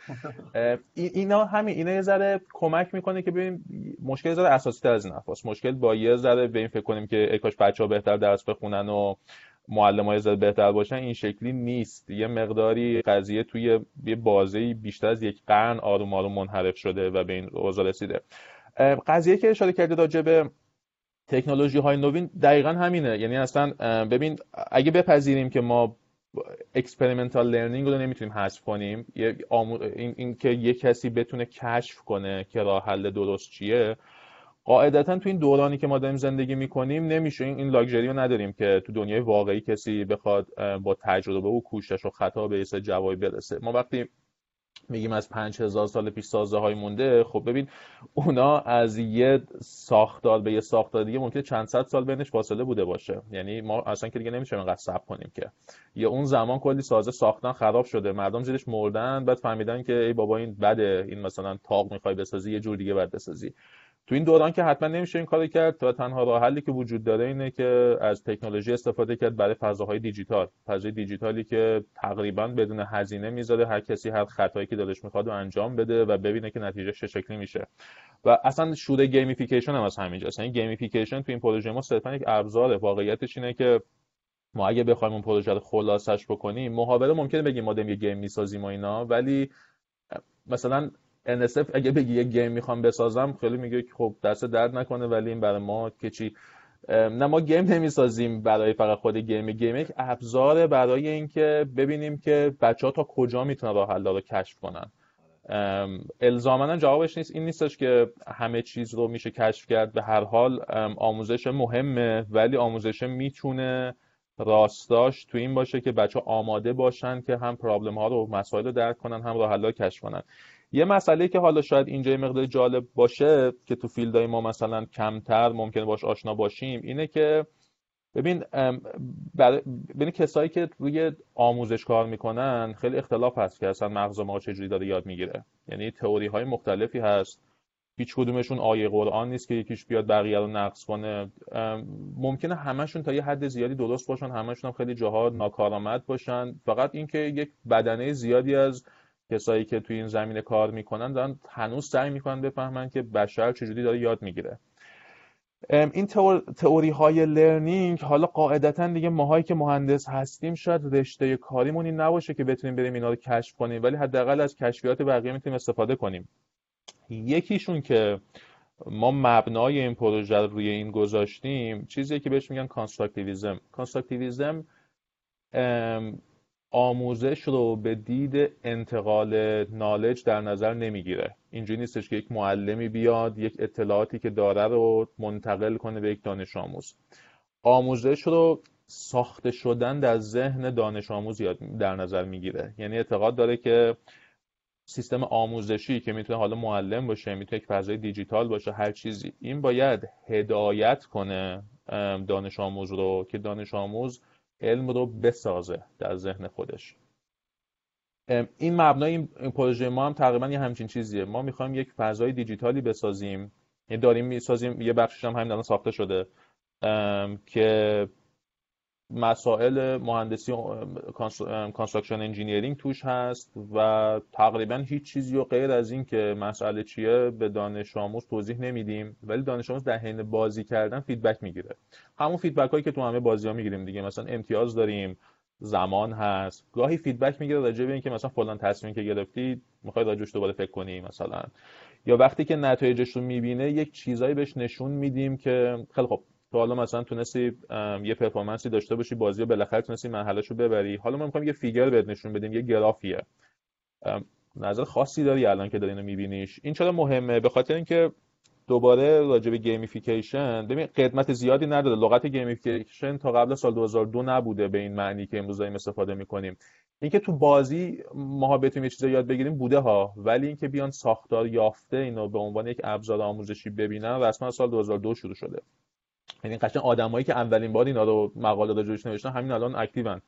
Speaker 3: اینا همین اینا یه ذره کمک میکنه که ببین مشکل ذره اساسی تر از این حرفاست. مشکل با یه ذره به این فکر کنیم که ای کاش بچه‌ها بهتر درس بخونن و معلمای زیاد بهتر باشن، این شکلی نیست. یه مقداری قضیه توی یه بازه بیشتر از یک قرن آروم آروم منحرف شده و به این اوضاع رسیده. قضیه که اشاره کردید راجع به تکنولوژی های نوین دقیقاً همینه. یعنی اصلا ببین اگه بپذیریم که ما اکسپریمنتال لرنینگ رو نمیتونیم حذف کنیم، این, این که یه کسی بتونه کشف کنه که راه حل درست چیه، قاعدتا تو این دورانی که ما داریم زندگی میکنیم نمیشه، این این لاکچری رو نداریم که تو دنیای واقعی کسی بخواد با تجربه و کوشش و خطا به یه سری جوابی برسه. ما وقتی میگیم از پنج هزار سال پیش سازه های مونده، خب ببین اونا از یه ساختار به یه ساختار دیگه ممکنه چند صد سال بینش فاصله بوده باشه. یعنی ما اصلا که دیگه نمیشه اینقدر صبر کنیم که یا اون زمان کلی سازه ساختن خراب شده، مردم زیرش مردن، بعد فهمیدن که ای بابا این بده، این مثلا تاق میخوای بسازی یه جور دیگه بعد بسازی. تو این دوران که حتما نمیشه این کارو کرد و تنها راه حلی که وجود داره اینه که از تکنولوژی استفاده کرد برای فضاهای دیجیتال، فضای دیجیتالی که تقریبا بدون هزینه میذاره هر کسی هر خطایی که دلش میخواد رو انجام بده و ببینه که نتیجه چه شکلی میشه. و اصلا شور گیمفیکیشن هم از همینجاست. یعنی گیمفیکیشن تو این پروژه ما صرفا یک ابزاره. واقعیتش اینه که ما اگه بخوایم اون پروژه رو خلاصش بکنیم، محاوره ممکنه بگیم ما داریم یه گیم میسازیم و اینا، ولی مثلا ان اس اف اگه بگی یه گیم میخوام بسازم، خیلی میگه که خب دست درد نکنه، ولی این برای ما که چی؟ نه، ما گیم نمیسازیم برای فقط خود گیم. گیم یک ابزاره برای اینکه ببینیم که بچه‌ها تا کجا میتونن راه حل رو کشف کنن. الزاماً جوابش نیست این نیستش که همه چیز رو میشه کشف کرد. به هر حال آموزش مهمه، ولی آموزش میتونه راستاش تو این باشه که بچه آماده باشن که هم پرابلم ها رو، مسائل رو درک کنن، هم راه حل رو کشف کنن. یه مسئله که حالا شاید اینجا مقدار جالب باشه که تو فیلدهای ما مثلا کمتر ممکنه باش آشنا باشیم، اینه که ببین برای ببین کسایی که روی آموزش کار میکنن خیلی اختلاف هست که اصلا مغز ما چجوری داره یاد میگیره. یعنی تئوری های مختلفی هست، هیچ کدومشون آیه قرآن نیست که یکیش بیاد بقیه رو نقض کنه. ممکنه همشون تا یه حد زیادی درست باشن، همشون هم خیلی جاها ناکارآمد باشن. فقط اینکه یک بدنه زیادی از کسایی که توی این زمینه کار میکنن دارن هنوز سعی میکنن بفهمن که بشر چجوری داره یاد میگیره. این تئوری های لرنینگ، حالا قاعدتا دیگه ماهایی که مهندس هستیم شاید رشته کاریمون این نباشه که بتونیم بریم اینا رو کشف کنیم، ولی حداقل از کشفیات بقیه میتونیم استفاده کنیم. یکیشون که ما مبنای این پروژه رو روی این گذاشتیم چیزی که بهش میگن کانستراکتیویسم. کانستراکتیویسم آموزش رو به دید انتقال نالج در نظر نمیگیره. اینجوری نیستش که یک معلمی بیاد یک اطلاعاتی که داره رو منتقل کنه به یک دانش آموز. آموزش رو ساخته شدن در ذهن دانش آموز در نظر میگیره. یعنی اعتقاد داره که سیستم آموزشی که میتونه حالا معلم باشه، میتونه یک فضای دیجیتال باشه، هر چیزی، این باید هدایت کنه دانش آموز رو که دانش آموز علم رو بسازه در ذهن خودش. این مبنای این پروژه ما هم تقریبا یه همچین چیزیه. ما میخوایم یک فضای دیجیتالی بسازیم، یعنی داریم میسازیم، یه بخشش هم همین الان ساخته شده که مسائل مهندسی کانستراکشن انجینیرینگ توش هست و تقریبا هیچ چیزی رو غیر از این که مسئله چیه به دانش آموز توضیح نمیدیم، ولی دانش آموز در حین بازی کردن فیدبک میگیره. همون فیدبک هایی که تو همه بازی ها میگیریم دیگه، مثلا امتیاز داریم، زمان هست، گاهی فیدبک میگیره راجع به این که مثلا فلان تصمیم که گرفتی میخوای راجعش دوباره فکر کنی مثلا، یا وقتی که نتایجش رو میبینه یک چیزایی بهش نشون میدیم که خیلی خب تو حالا مثلا تونستی یه پرفورمنسی داشته باشی، بازی رو بالاخره تونستی مرحله‌شو ببری، حالا ما می‌خوایم یه فیگر بهت نشون بدیم، یه گرافیه. نظر خاصی داری الان که داری اینو می‌بینیش؟ این چرا مهمه؟ به خاطر اینکه دوباره راجع به گیمفیکیشن ببین قدمت زیادی نداره. لغت گیمفیکیشن تا قبل سال دو هزار و دو نبوده به این معنی که امروز داریم استفاده می‌کنیم. اینکه تو بازی ما بتونیم یه چیزا یاد بگیریم بوده ها، ولی اینکه بیان ساختار یافته اینو به عنوان یک ابزار آموزشی ببینن رسما سال دو هزار و دو شروع شده. یعنی قشنگ آدمایی که اولین بار اینا رو مقاله راجعش نوشتن همین الان اکتیون.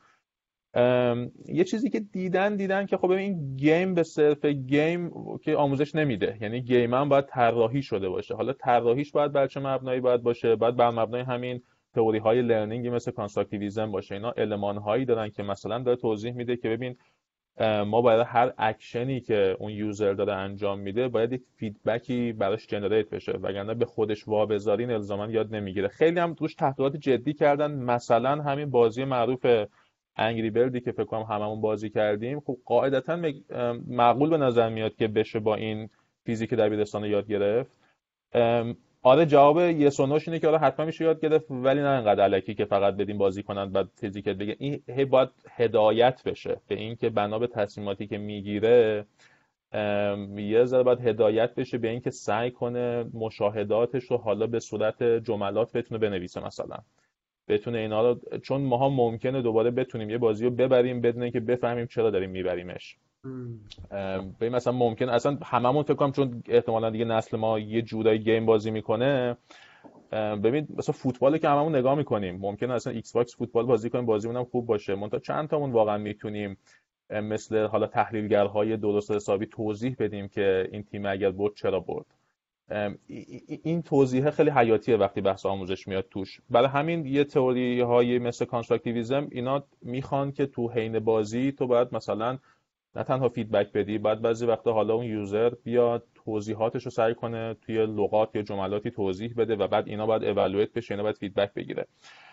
Speaker 3: یه چیزی که دیدن دیدن که خب این گیم به صرف گیم که آموزش نمیده، یعنی گیم هم باید طراحی شده باشه. حالا طراحیش باید بر چه مبنایی باید باشه؟ باید بر مبنای همین تئوری های لرنینگ مثل کانستراکتیویسم باشه. اینا المان هایی دارن که مثلا داره توضیح میده که ببین ما باید هر اکشنی که اون یوزر داره انجام میده باید یک فیدبکی براش جنریت بشه، وگرنه به خودش وابذارین الزاما یاد نمیگیره. خیلی هم روش تحقیقات جدی کردن، مثلا همین بازی معروف انگری بردی که فکر کنم هممون بازی کردیم، خب قاعدتا معقول به نظر میاد که بشه با این فیزیک دبیرستان یاد گرفت. آره جواب یس و نوش اینه که آره حتما میشه یاد گرفت، ولی نه اینقدر الکی که فقط بدیم بازی کنن بعد فیزیک بگه. این هی باید هدایت بشه به این که بنا به تصمیماتی که میگیره یه ذره باید هدایت بشه به اینکه سعی کنه مشاهداتش رو حالا به صورت جملات بتونه بنویسه، مثلا بتونه اینا رو، چون ماها ممکنه دوباره بتونیم یه بازی رو ببریم بدون اینکه بفهمیم چرا داریم میبریمش. ببین مثلا ممکن اصلا هممون فکر کنم چون احتمالاً دیگه نسل ما یه جورایی گیم بازی میکنه، ببین مثلا فوتبالی که هممون نگاه میکنیم ممکنه اصلا ایکس باکس فوتبال بازی کنیم بازیمون هم خوب باشه، منتها چند تامون واقعا میتونیم مثل حالا تحلیلگرهای درست حسابی توضیح بدیم که این تیم اگر برد چرا برد. این توضیح خیلی حیاتیه وقتی بحث آموزش میاد توش. برای همین یه تئوری های مثل کانستراکتیویسم اینا میخوان که تو حین بازی تو باید مثلا نه تنها فیدبک بدی، باید بعضی وقتا حالا اون یوزر بیاد توضیحاتش رو سعی کنه توی لغات یا جملاتی توضیح بده و بعد اینا باید اولویت بشه، اینا باید فیدبک بگیره.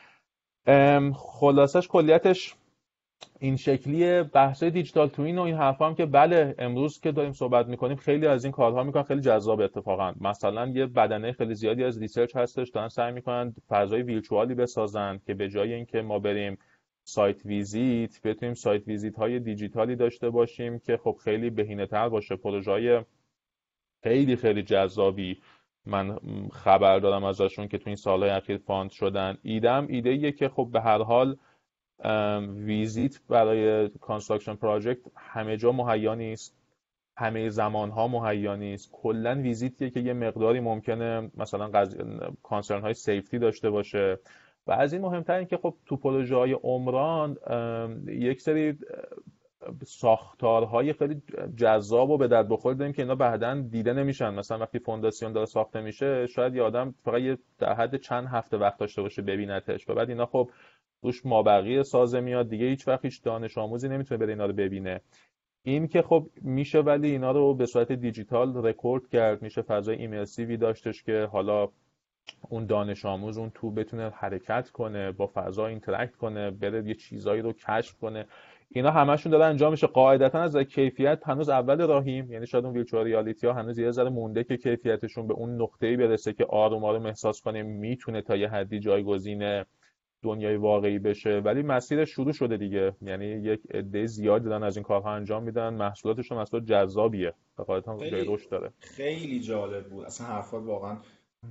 Speaker 3: خلاصش کلیتش این شکلیه. بحث دیجیتال توین و این حرفا هم که بله امروز که داریم صحبت میکنیم خیلی از این کارها میکنن، خیلی جذاب اتفاقا. مثلا یه بدنه خیلی زیادی از ریسرچ هستش دارن سعی میکنن فضای ویرچوالی بسازن که به جای اینکه ما بریم سایت ویزیت بتونیم سایت ویزیت های دیجیتالی داشته باشیم که خب خیلی بهینه تر باشه. پروژه های خیلی خیلی جذابی من خبر دارم ازشون که تو این سالهای اخیر فاند شدن. ایدم ایده ایه که خب به هر حال ویزیت برای کانستراکشن پراجکت همه جا مهیا نیست، همه زمانها مهیا نیست. کلا ویزیتیه که یه مقداری ممکنه مثلا قض... کانسرن های سیفتی داشته باشه و از این مهمتر این که خب تو پروژه های عمران یک سری ساختارهای خیلی جذاب و به درد بخور داریم که اینا بعداً دیده نمیشن. مثلا وقتی فونداسیون داره ساخته میشه شاید یه آدم فقط یه در حد چند هفته وقت داشته باشه ببینتش و بعد اینا خب روش مابقی سازه میاد دیگه، هیچ وقت هیچ دانش آموزی نمیتونه بره اینا رو ببینه. این که خب میشه ولی اینا رو به صورت دیجیتال رکورد کرد، میشه فضای ایمرسیوی داشتش که حالا اون دانش آموز اون تو بتونه حرکت کنه با فضا اینتراکت کنه، بره یه چیزایی رو کشف کنه. اینا همشون داره انجام میشه. قاعدتا از کیفیت هنوز اول راهیم، یعنی شاید اون ویرچوال ریالیتی ها هنوز یه ذره مونده که کیفیتشون به اون نقطه‌ای برسه که آروم آروم احساس کنیم میتونه تا یه حدی جایگزین دنیای واقعی بشه، ولی مسیر شروع شده دیگه. یعنی یک عده زیادی دارن از این کارها انجام میدن، محصولاتشون محصولات جذابیه، قاعدتا جای رشد داره.
Speaker 2: خیلی جالب بود اصلا حرفات واقعا.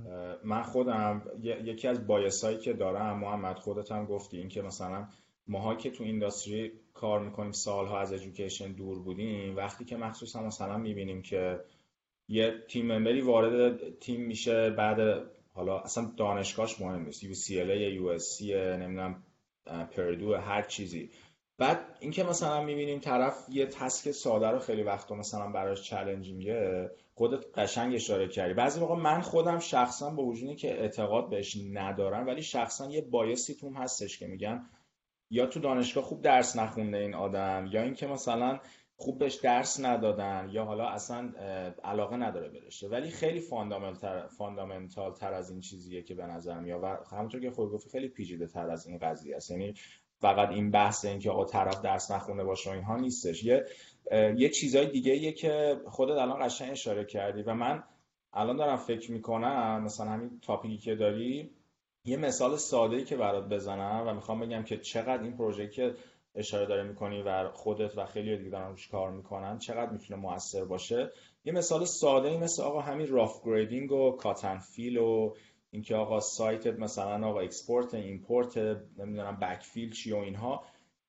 Speaker 2: من خودم یکی از بایسایی که دارم، محمد خودت هم گفتی، این که مثلا ماها که تو اینداستری کار میکنیم سالها از ادویکیشن دور بودیم، وقتی که مخصوصا مثلا میبینیم که یه تیم ممبری وارد تیم میشه، بعد حالا اصلا دانشگاهش مهم نیست، یو سی ال ای، یو اس سی، نمیدونم پردو، هر چیزی، بعد اینکه مثلا میبینیم طرف یه تسک ساده رو خیلی وقتا مثلا براش چالنجینگه، خودت قشنگ اشاره کردی. بعضی موقع من خودم شخصا با وجودی که اعتقاد بهش ندارم، ولی شخصا یه بایسی توم هستش که میگن یا تو دانشگاه خوب درس نخونده این آدم، یا اینکه مثلا خوب بهش درس ندادن، یا حالا اصلا علاقه نداره برشه. ولی خیلی فاندامنتال فاندامنتال تر از این چیزیه که به نظر میاد و همونطور که خود گفتی خیلی پیچیده تر از این قضیه است. یعنی فقط این بحث این که آقا طرف درس نخونده باشه و اینها نیستش، یه یه چیزای دیگه ایه که خودت الان قشنگ اشاره کردی و من الان دارم فکر میکنم مثلا همین تاپیکی که داری، یه مثال ساده‌ای که برات بزنم و میخوام بگم که چقدر این پروژه که اشاره داره میکنی و خودت و خیلی دیگه دارن روش کار میکنن چقدر میتونه موثر باشه. یه مثال ساده‌ای مثل آقا همین راف گریدینگ و کاتن فیل و اینکه آقا سایتت مثلا آقا اکسپورت ایمپورت نمیدونم بک فیل چی و اینها،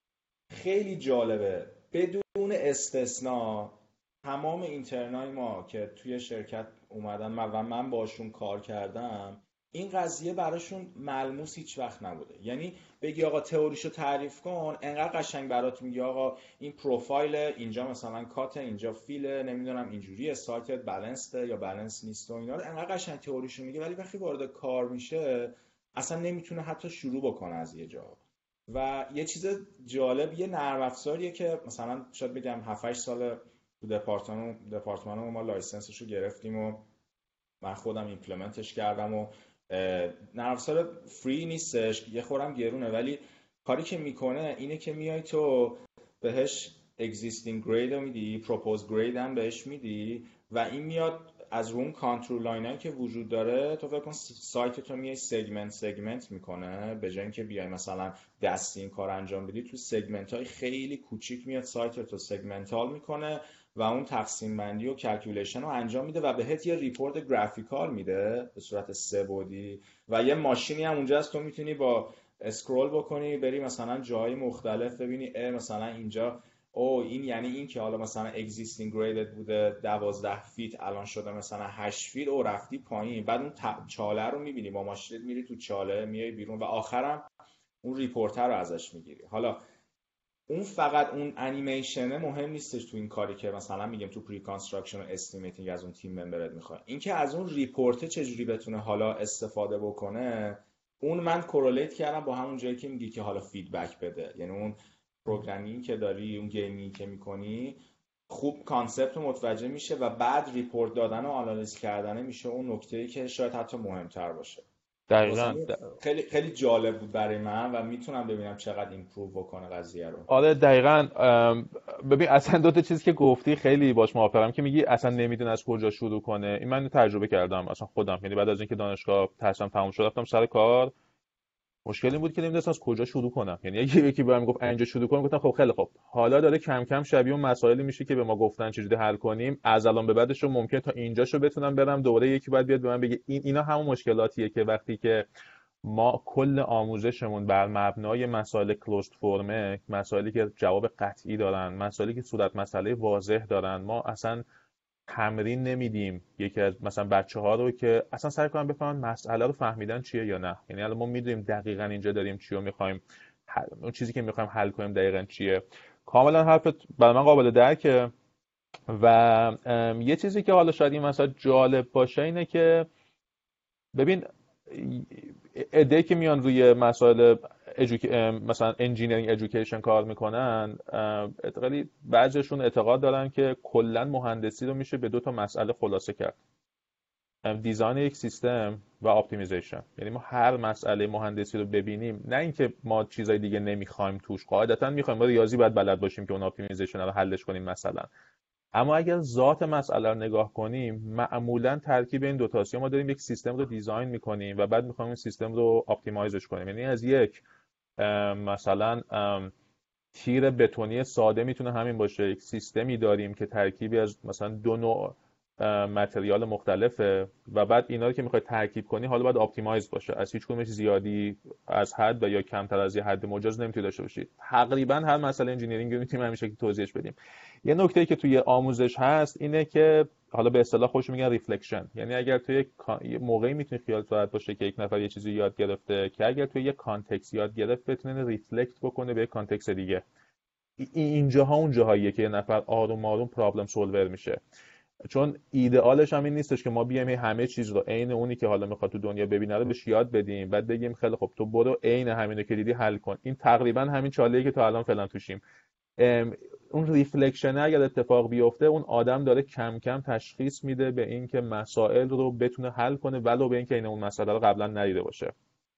Speaker 2: خیلی جالبه. بدون استثنا تمام اینترنای ما که توی شرکت اومدن و من باشون کار کردم، این قضیه براشون ملموس هیچ وقت نبوده. یعنی بگی آقا تئوریشو تعریف کن، انقدر قشنگ برات میگه آقا این پروفایل، اینجا مثلا کات، اینجا فیل، نمیدونم اینجوری سایتت بالانسده یا بالانس نیست و اینا رو انقدر قشنگ تئوریشو میگه، ولی وقتی وارد کار میشه اصلا نمیتونه حتی شروع بکنه از یه جا. و یه چیز جالب، یه نرم افزاریه که مثلا شاید بگم هفت هشت سال تو دپارتمان دپارتمان ما لایسنسشو گرفتیم و من خودم ایمپلمنتش کردم و نرم افزار فری نیستش، یه خورم گرونه، ولی کاری که میکنه اینه که میای تو بهش existing grade رو میدی، propose grade هم بهش میدی و این میاد از اون کانترول لاینایی که وجود داره تو فکر کن سایت تو میای سگمنت سگمنت میکنه، به جای اینکه بیای مثلا دستی این کار انجام بدی تو سگمنت های خیلی کوچیک میاد سایت تو سگمنتال میکنه و اون تقسیم بندی و کلکولیشن رو انجام میده و بهت یه ریپورت گرافیکال میده به صورت سه بعدی و یه ماشینی هم اونجا هست تو میتونی با اسکرول بکنی بری مثلا جای مختلف ببینی اه مثلا اینجا او این یعنی این که حالا مثلا existing graded بوده دوازده فیت الان شده مثلا هشت فیت او رفتی پایین، بعد اون چاله رو میبینی با ماشینت میری تو چاله میای بیرون و آخرم اون ریپورتر رو ازش میگیری. حالا اون فقط اون انیمیشنه مهم نیستش تو این کاری که مثلا میگم تو پری کانستراکشن و استیمیتینگ از اون تیم ممبرت میخواد، این که از اون ریپورت چجوری بتونه حالا استفاده بکنه اون من کورولیت کردم با همون جایی که میگی که حالا فیدبک بده، یعنی اون پروگرامینگ که داری اون گیمینگ که میکنی خوب کانسپت رو متوجه میشه و بعد ریپورت دادن و آنالیز کردن میشه اون نکته‌ای که شاید حتی مهمتر باشه.
Speaker 3: دقیقاً.
Speaker 2: خیلی خیلی جالب بود برای من و میتونم ببینم چقدر ایمپروو بکنه قضیه رو.
Speaker 3: آره دقیقاً. ببین اصلا دو تا چیز که گفتی خیلی باش موافقم که میگی اصلا نمیدونه از کجا شروع کنه. این من تجربه کردم اصلا خودم، یعنی بعد از اینکه دانشگاه تحصیلم تموم شد رفتم سر کار، مشکل این بود که نمیدونستم از کجا شروع کنم. یعنی یکی یکی بهم گفت اینجا شروع کن، گفتم خب خیلی خوب، حالا داره کم کم شبیه اون مسائلی میشه که به ما گفتن چجوری حل کنیم، از الان به بعدش رو ممکنه تا اینجاشو بتونم برم، دوباره یکی بعد بیاد به من بگه این اینا همون مشکلاتیه که وقتی که ما کل آموزشمون بر مبنای مسائل کلوزد فرمه، مسائلی که جواب قطعی دارن، مسائلی که صورت مسئله واضح دارن، ما اصلا تمرین نمیدیم یکی از مثلا بچه ها رو که اصلا سعی کنن بفهمن مسئله رو فهمیدن چیه یا نه. یعنی الان ما میدونیم دقیقاً اینجا داریم چی رو میخوایم، اون چیزی که میخوایم حل کنیم دقیقاً چیه. کاملا حرفت برای من قابل درکه. و یه چیزی که حالا شاید این مثلا جالب باشه اینه که ببین ایده که میان روی مسائل مثلا انجینیرینگ ادویکیشن کار میکنن، خیلی بعضیشون اعتقاد دارن که کلا مهندسی رو میشه به دو تا مسئله خلاصه کرد: دیزاین یک سیستم و اپتیمیزیشن. یعنی ما هر مسئله مهندسی رو ببینیم، نه اینکه ما چیزای دیگه نمیخوایم توش، قاعدتا میخوایم، ما ریاضی باید بلد باشیم که اون اپتیمیزیشن رو حلش کنیم مثلا، اما اگر ذات مسئله رو نگاه کنیم معمولا ترکیب این دو تاست. ما داریم یک سیستم رو دیزاین میکنیم و بعد میخوایم این سیستم رو اپتیمایزش کنیم. یعنی از یک مثلا تیر بتونی ساده میتونه همین باشه، یک سیستمی داریم که ترکیبی از مثلا دو نوع متریال مختلفه و بعد اینا رو که میخوای ترکیب کنی حالا باید اپتیمایز باشه، از هیچ کدومش زیادی از حد و یا کمتر از یه حد مجاز نمیتونی داشته باشی. تقریبا هر مسئله انجینیرینگ رو میتونیم همین شکلی توضیحش بدیم. یه نکته‌ای که توی آموزش هست اینه که حالا به اصطلاح خودش میگن ریفلکشن، یعنی اگر توی یه موقعی میتونی خیالت راحت باشه که یک نفر یه چیزی یاد گرفته که اگر توی یه کانتکست یاد گرفت بتونه ریفلکت بکنه به یک کانتکست دیگه. اینجاها اون جاهاییه که یه نفر آروم آروم پرابلم سولور میشه. چون ایدئالش هم این نیستش که ما بیایم همه چیز رو عین اونی که حالا میخواد تو دنیا ببینه رو بهش یاد بدیم بعد بگیم خیلی خب تو برو عین همینو که دیدی حل کن. این تقریبا همین چاله‌ای که تا الان فعلا توشیم. اون ریفلکشن اگر اتفاق بیفته اون آدم داره کم کم تشخیص میده به این که مسائل رو بتونه حل کنه ولو به این که این اون مسئله رو قبلا ندیده باشه.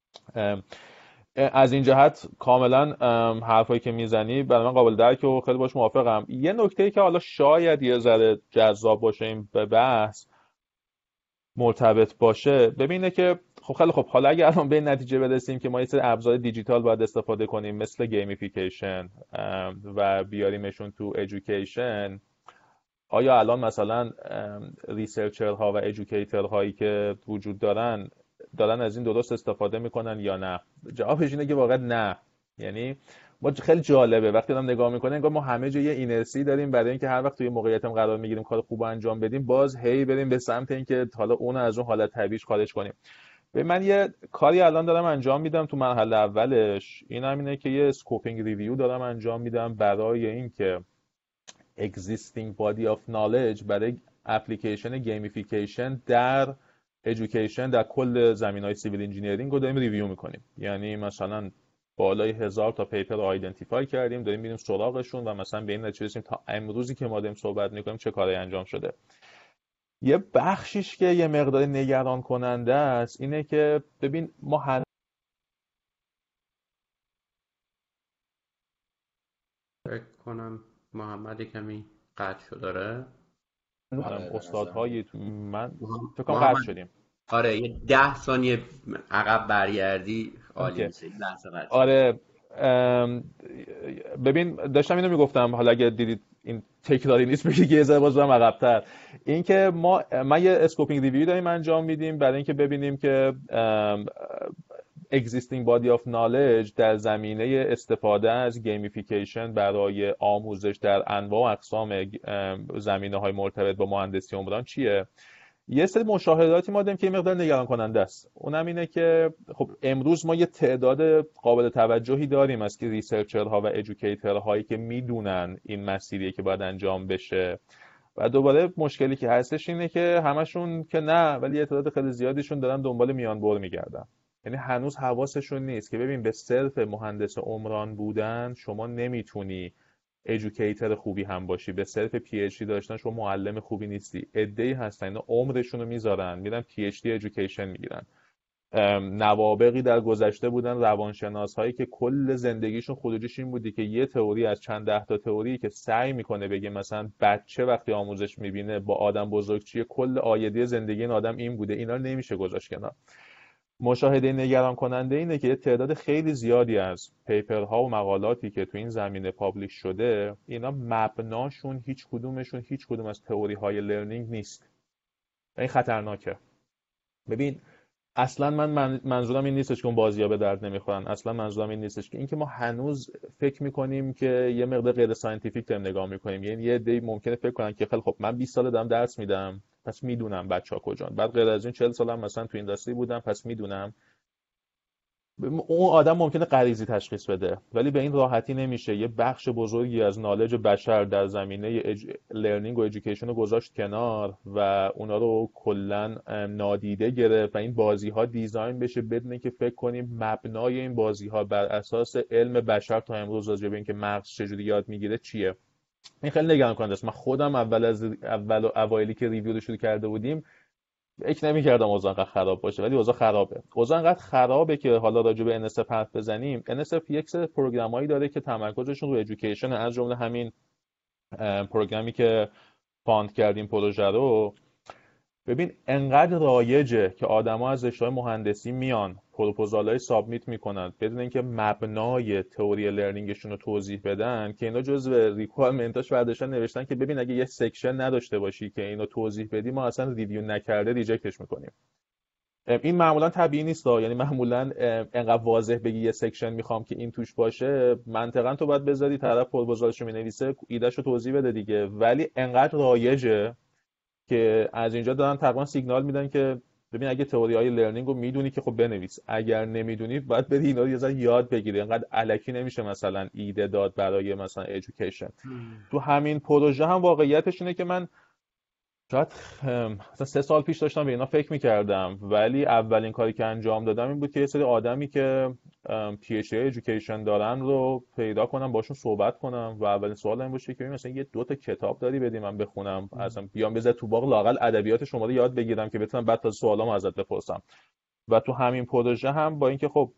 Speaker 3: از این جهت کاملا حرفایی که میزنی برای من قابل درکه و خیلی باش موافقم. یه نکته‌ای که حالا شاید یه ذره جذاب باشه این به بحث مرتبط باشه، ببینه که خب خیلی خب حالا اگه الان به این نتیجه برسیم که ما یه سری ابزار دیجیتال باید استفاده کنیم مثل گیمیفیکیشن و بیاریمشون تو ادویکیشن، آیا الان مثلا ریسرچرها و ادویکیتور هایی که وجود دارن دارن از این درست استفاده میکنن یا نه؟ جوابش اینه که واقعا نه. یعنی ما خیلی جالبه وقتی آدم نگاه میکنه انگار ما همه جا یه اینرسی داریم برای اینکه هر وقت توی موقعیتم قرار میگیریم کار خوب انجام بدیم باز هی بریم به سمت اینکه حالا اون از اون حالت طبیعیش خارج کنیم. به من یه کاری الان دارم انجام میدم تو مرحله اولش این همینه که یه اسکوپینگ ریویو دارم انجام میدم برای اینکه existing body of knowledge برای اپلیکیشن گیمیفیکیشن در ادویکیشن در کل زمینهای سیویل انجینیرینگ رو داریم ریویو میکنیم. یعنی مثلا بالای هزار تا پیپر رو آیدنتیفای کردیم، داریم میریم سراغشون و مثلا به این نتیجه رسیدیم تا امروزی که ما داریم صحبت میکنیم چه کاری انجام شده. یه بخشیش که یه مقدار نگران کننده است اینه که ببین ما هر
Speaker 1: فکر کنم محمد کمی قطع شد داره.
Speaker 2: آره به نظرم
Speaker 3: استادهای من فکر کنم قطع
Speaker 1: محمد،
Speaker 3: شدیم.
Speaker 1: آره یه ده ثانیه عقب برگردی عالی
Speaker 3: اوکی.
Speaker 1: میشه. یک لحظه قطع شد.
Speaker 3: آره ام، ببین داشتم اینو میگفتم، حالا اگه دیدید این تکراری نیست بگید که یه ذره باز برم عقب‌تر. این که ما ما یه اسکوپینگ ریویو داریم انجام میدیم برای اینکه ببینیم که ام، existing body of knowledge در زمینه استفاده از گیمیفیکیشن برای آموزش در انواع و اقسام زمینه‌های مرتبط با مهندسی عمران چیه. یه سری مشاهداتی ما داریم که یه مقدار نگران کننده است. اونم اینه که خب امروز ما یه تعداد قابل توجهی داریم از که ریسرچرها و ادوکیتورهایی که میدونن این مسیریه که باید انجام بشه، و دوباره مشکلی که هستش اینه که همشون که نه، ولی یه تعداد خیلی زیادیشون دارن دنبال میان بر میگردن. یعنی هنوز حواسشون نیست که ببین به صرف مهندس عمران بودن شما نمیتونی ادوکیتور خوبی هم باشی، به صرف پی اچ دی داشتن شما معلم خوبی نیستی. عده‌ای هستن اینا عمرشون رو میذارن میرن پی اچ دی ادویکیشن میگیرن. نوابغی در گذشته بودن روانشناس هایی که کل زندگیشون خروجیش این بودی که یه تئوری از چند ده تا تئوری که سعی میکنه بگه مثلا بچه وقتی آموزش میبینه با آدم بزرگ چیه، کل آیدی زندگی این آدم این بوده. اینا رو نمیشه گذاشت کنار. مشاهده نگران کننده اینه که تعداد خیلی زیادی از پیپرها و مقالاتی که تو این زمینه پابلیش شده، اینا مبناشون هیچ کدومشون هیچ کدوم از تئوری های لرنینگ نیست. این خطرناکه. ببین اصلا من منظورم این نیستش که اون بازی‌ها به درد نمیخورن. اصلا منظورم این نیستش که اینکه ما هنوز فکر میکنیم که یه مقدار غیر ساینتیفیک داریم نگاه میکنیم. یعنی یه دی ممکنه فکر کنن که خیلی خب من بیست سال دارم درس میدم پس میدونم بچه‌ها کجان، بعد غیر از این چهل سالم مثلا تو اینداستری بودم پس میدونم. اون آدم ممکنه غریزی تشخیص بده، ولی به این راحتی نمیشه یه بخش بزرگی از نالج بشر در زمینه اج... لرنینگ و ادویکیشن رو گذاشت کنار و اونا رو کلا نادیده گرفت و این بازی ها دیزاین بشه بدون اینکه فکر کنیم مبنای این بازی ها بر اساس علم بشر تا امروز راجع به اینکه مغز چجوری یاد میگیره چیه. این خیلی نگران کننده است. من خودم اول از اول اوایلی که ریویو رو شروع کرده بودیم فکر نمی‌کردم اوضاع انقدر خراب باشه، ولی اوضاع خرابه. اوضاع انقدر خرابه که حالا راجع به ان اس اف حرف بزنیم. ان اس اف یک سری پروگرامایی داره که تمرکزشون رو ادویکیشن، از جمله همین پروگرامی که فاند کردیم پروژه رو. ببین انقدر رایجه که آدما از رشته‌های مهندسی میان پروپوزالای سابمیت میکنن بدون اینکه مبنای تئوری لرنینگشون رو توضیح بدن که اینا جزو ریکوایرمنتاش برداشتن نوشتن که ببین اگه یه سکشن نداشته باشی که اینو توضیح بدی ما اصلا ریویو نکرده ریجکتش میکنیم. این معمولا طبیعی نیست، یعنی معمولا انقدر واضح بگی یه سکشن میخوام که این توش باشه، منطقاً تو باید بذاری طرف پروپوزالشو مینویسه ایدهشو توضیح بده دیگه. ولی انقدر رایجه که از اینجا دارن تقریبا سیگنال میدن که ببین اگه تئوری های لرنینگ رو میدونی که خب بنویس، اگر نمیدونی باید بری اینا رو یه ذره یاد بگیری. اینقدر الکی نمیشه مثلا ایده داد برای مثلا ادویکیشن. تو همین پروژه هم واقعیتش اینه که من شاید مثلا سه سال پیش داشتم به اینا فکر میکردم، ولی اولین کاری که انجام دادم این بود که یه سری آدمی که پی اچ دی ادویکیشن دارن رو پیدا کنم باشون صحبت کنم و اولین سوال این باشه که مثلا یه دو تا کتاب داری بدی من بخونم، اصلا بیام بذار تو باغ لاقل ادبیات شما رو یاد بگیرم که بتونم بعد تا سوالامو ازت بپرسم. و تو همین پروژه هم با اینکه خب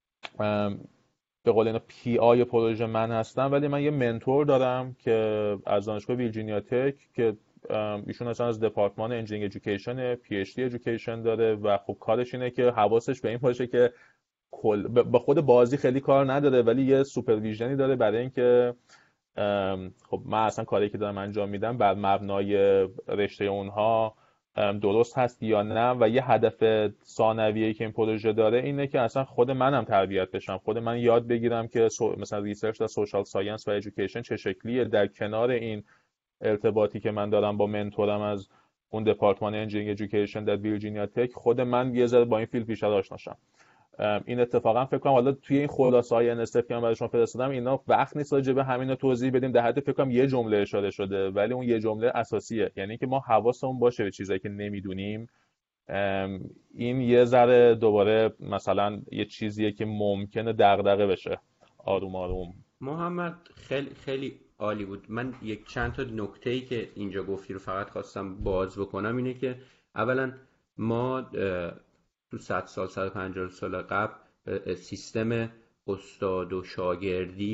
Speaker 3: به قول اینا پی آی پروژه من هستم، ولی من یه منتور دارم که از دانشگاه ویرجینیا تک که ایشون اصلا از دپارتمان انجینیرینگ ادویکیشن پی اچ دی ادویکیشن داره و خب کارش اینه که حواسش به این باشه که کل با خود بازی خیلی کار نداره ولی یه سوپرویژنی داره برای اینکه خب من اصلا کاری که دارم انجام میدم بر مبنای رشته اونها درست هست یا نه. و یه هدف ثانویه‌ای که این پروژه داره اینه که اصلا خود منم تربیت بشم، خود من یاد بگیرم که مثلا ریسرچ در سوشال ساینس و ادویکیشن چه شکلیه در کنار این ارتباطی که من دارم با منتورم از اون دپارتمان انجینیرینگ ادویکیشن در ویرجینیا تک، خود من یه ذره با این فیلد بیشتر آشنا شم. این اتفاقا فکر کنم حالا توی این خلاصه‌های ان اس اف که من براشون فرستادم اینا وقت نیست راجع به همین رو توضیح بدیم، در حد فکر کنم یه جمله اشاره شده ولی اون یه جمله اساسیه، یعنی که ما حواسمون باشه به چیزایی که نمیدونیم. این یه ذره دوباره مثلا یه چیزیه که ممکنه دغدغه بشه آروم آروم.
Speaker 1: محمد خیلی خیلی عالی بود. من یک چند تا نکته‌ای که اینجا گفتی رو فقط خواستم باز بکنم. اینه که اولا ما تو صد سال صد و پنجاه سال قبل سیستم استاد و شاگردی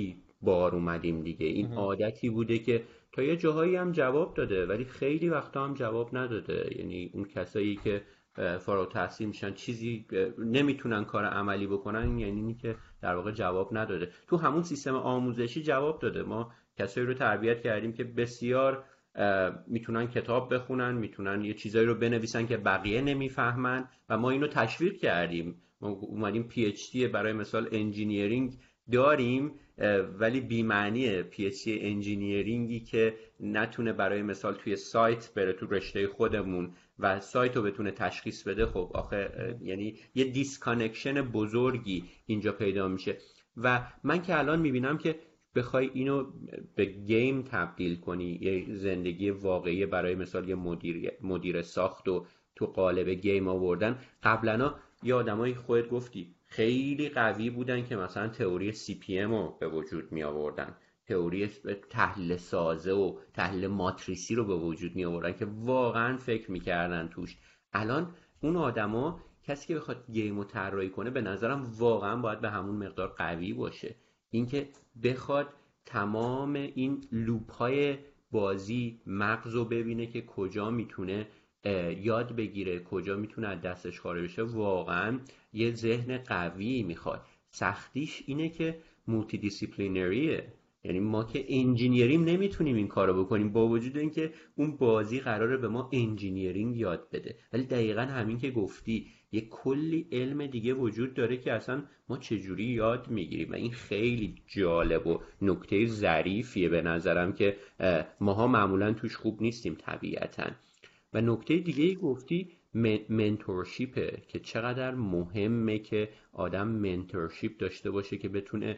Speaker 1: بار اومدیم دیگه. این عادتی بوده که تا یه جاهایی هم جواب داده ولی خیلی وقتا هم جواب نداده. یعنی اون کسایی که فارغ التحصیل میشن چیزی نمیتونن کار عملی بکنن، یعنی اینی که در واقع جواب نداده. تو همون سیستم آموزشی جواب داده. ما کسایی رو تربیت کردیم که بسیار میتونن کتاب بخونن، میتونن یه چیزایی رو بنویسن که بقیه نمیفهمن و ما اینو تشویق کردیم. ما اومدیم پی اچ دی برای مثال انجینیرینگ داریم ولی بی‌معنیه پی اچ دی انجینیرینگی که نتونه برای مثال توی سایت بره تو رشته خودمون و سایت رو بتونه تشخیص بده. خب آخه یعنی یه دیسکانکشن بزرگی اینجا پیدا میشه و من که الان میبینم که بخوای اینو به گیم تبدیل کنی، یه زندگی واقعی برای مثال یه مدیر مدیر ساخت و تو قالب گیم آوردن. قبلا یه آدمایی خودت گفتی خیلی قوی بودن که مثلا تئوری سی پی ام رو به وجود می آوردن، تئوری تحلیل سازه و تحلیل ماتریسی رو به وجود می آوردن که واقعا فکر میکردن توش. الان اون آدما کسی که بخواد گیم رو طراحی کنه به نظرم واقعا باید به همون مقدار قوی باشه. اینکه بخواد تمام این لوپ های بازی مغز رو ببینه که کجا میتونه یاد بگیره، کجا میتونه از دستش خارج بشه، واقعا یه ذهن قوی میخواد. سختیش اینه که مولتی دیسیپلینریه. یعنی ما که انجینیریم نمیتونیم این کارو بکنیم با وجود اینکه اون بازی قراره به ما انجینیرینگ یاد بده. ولی دقیقاً همین که گفتی یه کلی علم دیگه وجود داره که اصلا ما چجوری یاد میگیریم و این خیلی جالب و نکته ظریفیه به نظرم که ماها معمولاً توش خوب نیستیم طبیعتاً. و نکته دیگه ای گفتی منتورشیپه که چقدر مهمه که آدم منتورشیپ داشته باشه که بتونه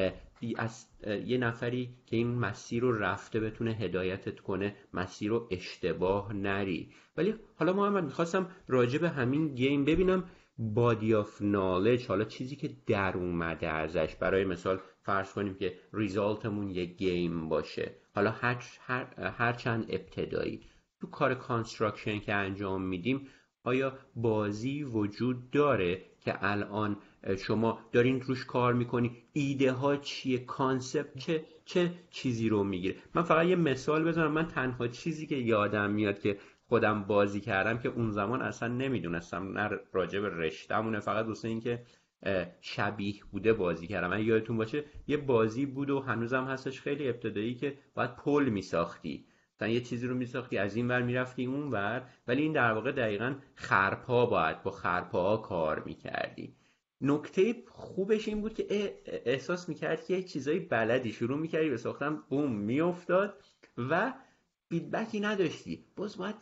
Speaker 1: از یه نفری که این مسیر رو رفته بتونه هدایتت کنه، مسیر رو اشتباه نری. ولی حالا محمد میخواستم راجع به همین گیم ببینم بادی آف نالج، حالا چیزی که در اومده ازش. برای مثال فرض کنیم که ریزالتمون یه گیم باشه، حالا هر, هر, هر چند ابتدایی تو کار کانستراکشن که انجام میدیم آیا بازی وجود داره که الان شما دارین روش کار میکنی؟ ایده ها چیه؟ کانسپت چه چه چیزی رو میگیره؟ من فقط یه مثال بزنم. من تنها چیزی که یادم میاد که خودم بازی کردم که اون زمان اصلا نمیدونستم نه راجع به رشته‌مونه، فقط واسه این که شبیه بوده بازی کردم. من یادتون باشه یه بازی بود و هنوزم هستش خیلی ابتدایی که باید پل میساختی، مثلا یه چیزی رو میساختی از این ور میرفتی اون ور، ولی این در واقع دقیقاً خرپا باید با خرپاها کار میکردی. نکته خوبش این بود که احساس میکرد که یه چیزایی بلدی، شروع میکردی به ساختن بوم میافتاد و فیدبکی نداشتی، باز باید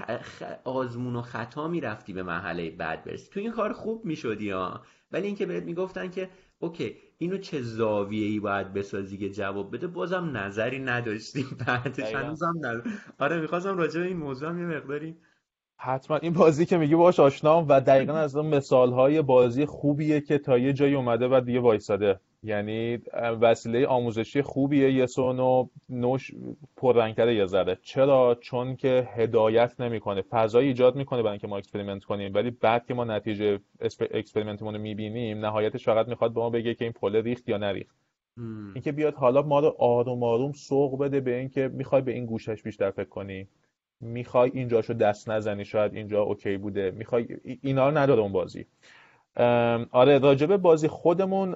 Speaker 1: آزمون و خطا میرفتی به مرحله بعد برسی. تو این کار خوب میشدی ها، ولی اینکه بهت میگفتن که اوکی اینو چه زاویه‌ای باید بسازی که جواب بده، بازم نظری نداشتیم بعدش. هنوزم نظر. آره میخواستم راجع به این موضوع هم یه مقداری.
Speaker 3: حتما این بازی که میگی باهاش آشنام و دقیقاً از اون مثال‌های بازی خوبیه که تا یه جایی اومده و دیگه وایساده. یعنی وسیله آموزشی خوبیه، یه سونو نوش پررنگ‌تره یه ذره. چرا؟ چون که هدایت نمی‌کنه، فضایی ایجاد می‌کنه برای اینکه ما اکسپریمنت کنیم، ولی بعد که ما نتیجه اکسپریمنتمون رو می‌بینیم نهایتش فقط می‌خواد به ما بگه که این پله ریخت یا نریخت. اینکه بیاد حالا ما رو آروم آروم سوق بده به اینکه می‌خوای به این گوشش بیشتر فکر کنی، میخوای اینجاشو دست نزنی، شاید اینجا اوکی بوده، میخوای اینا رو نداره اون بازی. آره راجبه بازی خودمون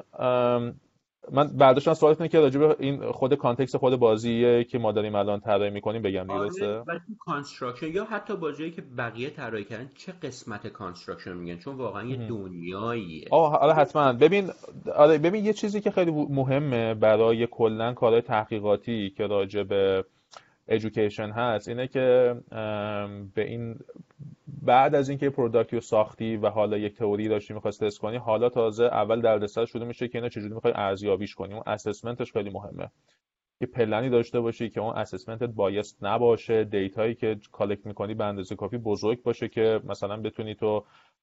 Speaker 3: من برداشتم سوالت اینه که راجبه این خود کانتکست خود بازیه که ما داریم الان طراحی میکنیم بگم درسته؟
Speaker 1: آره ولی کانستراکشن یا حتی بازیایی که بقیه طراحی کردن چه قسمت کانستراکشن میگن، چون واقعا یه دنیاییه.
Speaker 3: آه آره حتما. ببین آره ببین یه چیزی که خیلی مهمه برای کلا کارهای تحقیقاتی که راجبه ایژوکیشن هست اینه که به این بعد از اینکه پروداکت رو ساختی و حالا یک تئوری داشتی می‌خواستی تست کنی، حالا تازه اول دردسر شروع میشه که اینا چجوری می‌خوای ارزیابیش کنی. اون اسسمنتش خیلی مهمه که پلنی داشته باشی که اون اسسمنتت بایاس نباشه، دیتایی که کالکت می‌کنی به اندازه کافی بزرگ باشه که مثلا بتونی تو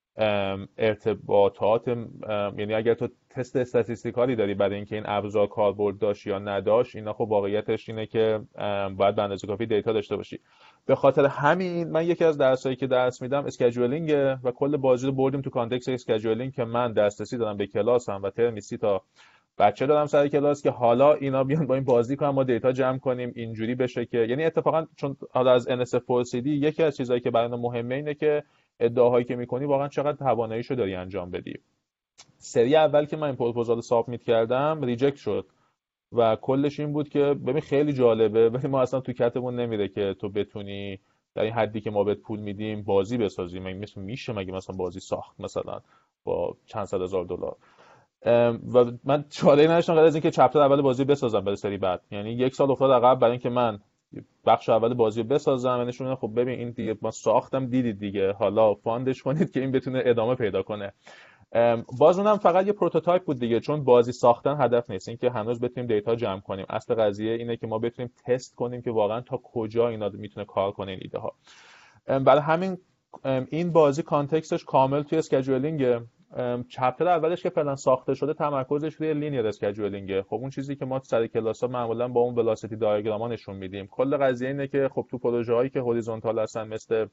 Speaker 3: ارتباطات، یعنی اگر تو تست استاتستیکالی داری برای اینکه این ابزار کاربرد داشت یا نداشت، اینا خب واقعیتش اینه که باید به اندازه کافی دیتا داشته باشی. به خاطر همین من یکی از درسایی که درس میدم اسکیجولینگ و کل بازی رو بردیم تو کانتکست اسکیجولینگ که من دسترسی دارم به کلاسم و ترمی سی تا بچه دارم سر کلاس که حالا اینا بیان با این بازی کنن، ما دیتا جمع کنیم اینجوری بشه که، یعنی اتفاقا چون حالا از ان اس اف پرسیدی، یکی از چیزایی که برای ما مهمه اینه که ادعاهایی که میکنی واقعا چقدر تواناییشو داری انجام بدی. سری اول که من این پروپوزال سابمیت کردم ریجکت شد و کلش این بود که ببین خیلی جالبه ولی ما اصلا تو کتمون نمیره که تو بتونی در این حدی که ما بهت پول میدیم بازی بسازیم. مگه میشه مگه مثلا بازی ساخت مثلا با چند صد هزار دلار؟ و من چاره‌ای نداشتم غیر از اینکه چپتر اول بازی بسازم برای سری بعد. یعنی یک سال افتاد عقب برای اینکه من بخش اول بازی رو بسازم و نشون خب ببین این دیگه ما ساختم دیدید دیگه، حالا فاندش کنید که این بتونه ادامه پیدا کنه. باز اونم فقط یه پروتوتایپ بود دیگه، چون بازی ساختن هدف نیست، این که هنوز بتونیم دیتا جمع کنیم. اصل قضیه اینه که ما بتونیم تست کنیم که واقعا تا کجا اینا میتونه کار کنه این ایده ها. برای همین این بازی کانتکستش کامل توی اسکیجولینگ. چپتر اولش که فعلا ساخته شده تمرکزش روی لینیر اسکیجولینگه. خب اون چیزی که ما سر کلاس‌ها معمولا با اون ولاسیتی دیاگراما نشون میدیم. کل قضیه اینه که خب تو پروژه‌هایی که هوریزونتال هستن مثل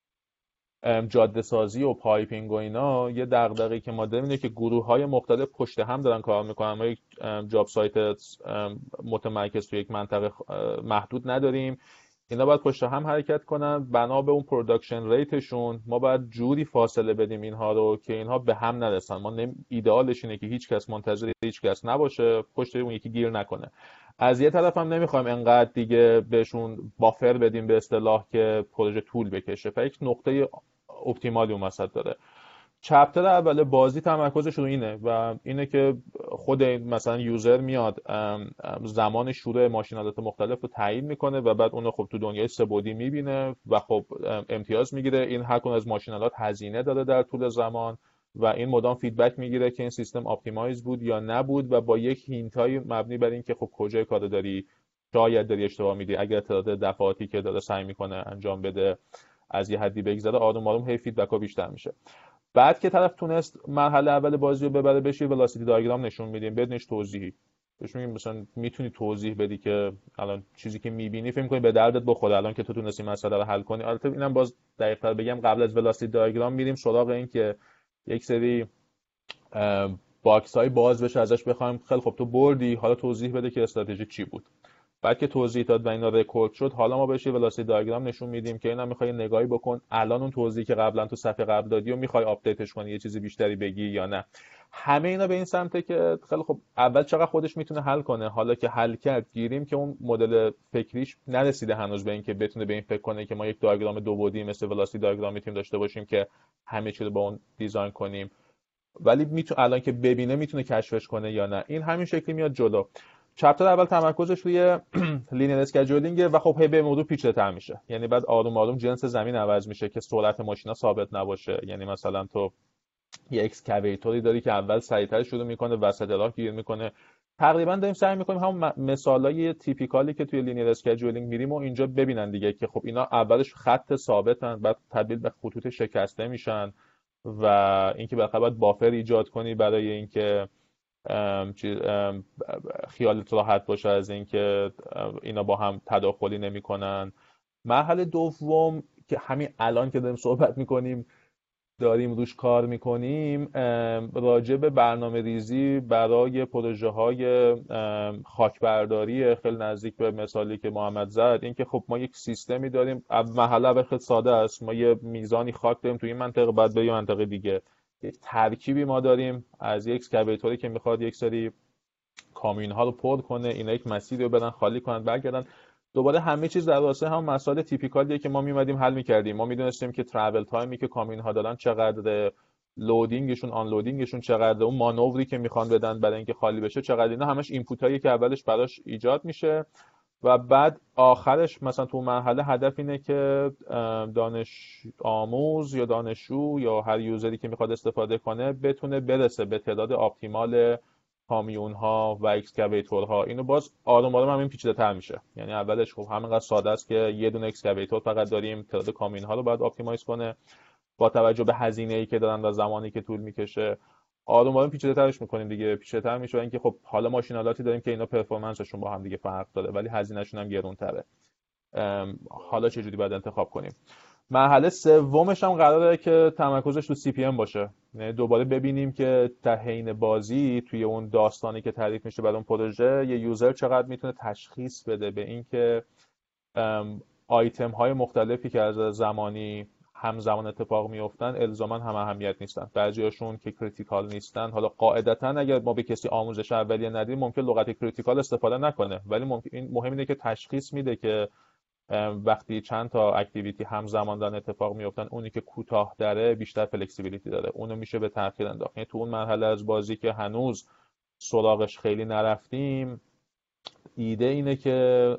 Speaker 3: جاده سازی و پایپینگ و اینا، یه دغدغه‌ای که ما داریم اینه که گروه‌های مختلف پشت هم دارن کار میکنن. ما یک جاب سایت متمرکز تو یک منطقه محدود نداریم، اینا باید پشت هم حرکت کنن. بنا به اون پروداکشن ریتشون ما باید جوری فاصله بدیم اینها رو که اینها به هم نرسن. ما نمی... ایدئالش اینه که هیچ کس منتظر هیچ کس نباشه، پشت اون یکی گیر نکنه. از یه طرف هم نمیخوایم انقدر دیگه بهشون بافر بدیم به اصطلاح که پروژه طول بکشه. فکر نقطه اپتیمالی اون وسط داره. چپتر اول بازی تمرکزش رو اینه و اینه که خود مثلا یوزر میاد زمان شروع ماشینالات مختلف رو تعیین میکنه و بعد اونو خب تو دنیای سه‌بعدی میبینه و خب امتیاز میگیره. این هر کدوم از ماشینالات هزینه داره در طول زمان و این مدام فیدبک میگیره که این سیستم اپتیمایز بود یا نبود و با یک هینتای مبنی بر این که خب کجای کارو داری شاید داری اشتباه میدی، اگر تعداد دفعاتی که داره سعی میکنه انجام بده از یه حدی بگذره، آروم آروم هی فیدبک‌ها بیشتر میشه. بعد که طرف تونست مرحله اول بازی رو ببره بشه ولاسیتی دیاگرام نشون میدیم بدونش توضیحی. بهش میگیم مثلا میتونی توضیح بدی که الان چیزی که میبینی فکر می‌کنی به دردت بخوره الان که تو تونستی مسئله رو حل کنی. البته اینم باز دقیق‌تر بگم قبل از ولاسیتی دیاگرام میریم سراغ این که یک سری باکس های باز بشه ازش بخوایم خیلی خب تو بردی حالا توضیح بده که استراتژی چی بود. بعد که توضیح داد و اینا رکورد شد حالا ما بهش ولاسیتی دیاگرام نشون میدیم که اینا میخوای نگاهی بکن الان اون توضیحی که قبلا تو صفحه قبل دادی و میخوای آپدیتش کنی یه چیزی بیشتری بگی یا نه. همه اینا به این سمته که خیلی خب اول چقدر خودش میتونه حل کنه، حالا که حل کرد گیریم که اون مدل فکریش نرسیده هنوز به این که بتونه به این فکر کنه که ما یک دیاگرام دو بعدی مثل ولاسیتی دیاگرام میتونیم داشته باشیم که همه چی رو با اون دیزاین کنیم، ولی میتونه الان که ببینه میتونه کشفش کنه یا نه. این همین شکلی میاد جلو. چپتر اول تمرکزش روی لینیر اسکیجولینگ و خب هی به موضوع پیچیده‌تر میشه. یعنی بعد آروم آروم جنس زمین عوض میشه که سرعت ماشینا ثابت نباشه. یعنی مثلا تو یه اکسکاویتوری داری که اول سریعتر شروع میکنه وسط راه گیر میکنه. تقریبا داریم سعی میکنیم همون مثالای تیپیکالی که توی لینیر اسکیجولینگ میریم و اینجا ببینن دیگه که خب اینا اولش خط ثابتن بعد تبدیل به خطوط شکسته میشن و اینکه بالاخره باید بافر ایجاد کنی برای اینکه خیالت راحت باشه از اینکه اینا با هم تداخلی نمیکنن. مرحله دوم که همین الان که داریم صحبت میکنیم داریم روش کار میکنیم راجع به برنامه ریزی برای پروژه های خاکبرداری خیلی نزدیک به مثالی که محمد زد. این که خب ما یک سیستمی داریم مرحله اول خیلی ساده است، ما یه میزانی خاک داریم توی این منطقه بعد به یه منطقه دیگه یک ترکیبی ما داریم از یک اسکیویتوری که میخواد یک سری کامیون ها رو پر کنه، اینا یک مسیری رو بدن خالی کنن برگردن دوباره همه چیز در واسه هم مسائل تیپیکالیه که ما میمدیم حل میکردیم. ما میدونستیم که ترافل تایمی که کامیون ها دارن چقدر، لودینگشون آنلودینگشون چقدر، اون مانوری که میخوان بدن برای اینکه خالی بشه چقدر. اینا همش اینپوت هایی که اولش براش ایجاد میشه و بعد آخرش مثلا تو مرحله هدف اینه که دانش آموز یا دانشجو یا هر یوزری که میخواد استفاده کنه بتونه برسه به تعداد اپتیمال کامیون ها و اکسکاویتور ها. اینو باز آروم آروم همین پیچیده‌تر میشه. یعنی اولش خب همینقدر ساده است که یه دونه اکسکاویتور فقط داریم، تعداد کامیون ها رو باید اپتیمایز کنه با توجه به هزینه‌ای که دارن و زمانی که طول میکشه. آروم آروم پیچیده‌ترش می‌کنیم دیگه، پیچیده‌تر میشه اینکه خب حالا ماشینالاتی داریم که اینا پرفورمنسشون با هم دیگه فرق داره ولی هزینه‌شون هم گرون‌تره. حالا چه جوری باید انتخاب کنیم؟ مرحله سومش هم قراره که تمرکزش تو سی پی ام باشه، یعنی دوباره ببینیم که در حین بازی توی اون داستانی که تعریف میشه برای اون پروژه یه یوزر چقدر میتونه تشخیص بده به اینکه آیتم های مختلفی که از زمانی همزمان اتفاق میافتن الزاما هم اهمیت نیستن، بعضیاشون که کریتیکال نیستن. حالا قاعدتا اگر ما به کسی آموزش اولیه ندیم ممکن لغت کریتیکال استفاده نکنه، ولی ممکن این مهم اینه که تشخیص میده که وقتی چند تا اکتیویتی همزمان دارن اتفاق میافتن اونی که کوتاه داره بیشتر فلکسیبیلیتی داره، اونو میشه به تأخیر انداخت. یعنی تو اون مرحله از بازی که هنوز سراغش خیلی نرفتیم، ایده اینه که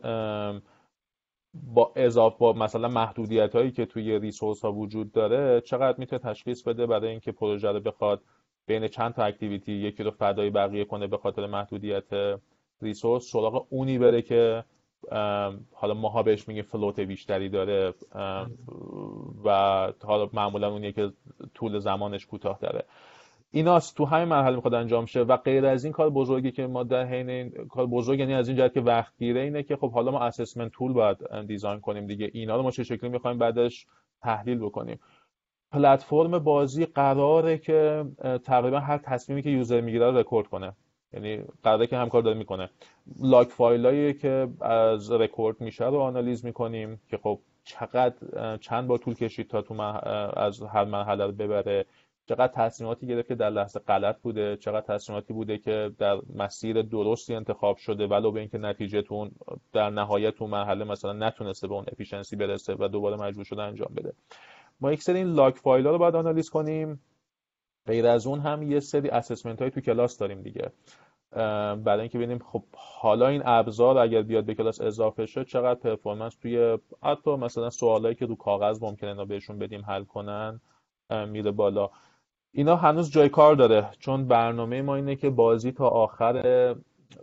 Speaker 3: با اضافه با مثلا محدودیت هایی که توی ریسورس ها وجود داره چقدر میتونه تشخیص بده برای اینکه پروژه رو بخواد بین چند تا اکتیویتی یکی رو فدای بقیه کنه به خاطر محدودیت ریسورس، سراغ اونی بره که حالا ماها بهش میگیم فلوت بیشتری داره و حالا معمولا اونیه که طول زمانش کوتاه داره. ایناست تو همین مرحله میخواد انجام شه و غیر از این کار بزرگی که ما در حین این کار بزرگ، یعنی از این جهت که وقت گیره، اینه که خب حالا ما اسسمنت تول باید دیزاین کنیم دیگه. اینا رو ما چه شکلی میخوایم بعدش تحلیل بکنیم. پلتفرم بازی قراره که تقریبا هر تصمیمی که یوزر میگیره رو رکورد کنه، یعنی قراره که همکار داره میکنه. لاگ فایلایی که از رکورد میشه رو آنالیز میکنیم که خب چقدر چند بار طول کشید تا تو از هر مرحله رو ببره، چقدر تصمیماتی گرفت که در لحظه غلط بوده، چقدر تصمیماتی بوده که در مسیر درستی انتخاب شده ولو به اینکه نتیجه تون در نهایت اون مرحله مثلا نتونسته به اون افیشنسی برسه و دوباره مجبور شده انجام بده. ما یک سری این لاگ فایل ها رو باید آنالیز کنیم. غیر از اون هم یه سری اسسمنت های تو کلاس داریم دیگه، برای اینکه ببینیم خب حالا این ابزار اگر بیاد به کلاس اضافه شه چقدر پرفورمنس توی حتی مثلا سوالایی که رو کاغذ ممکنه اینا بهشون بدیم حل کنن میره بالا. اینا هنوز جای کار داره، چون برنامه ما اینه که بازی تا آخر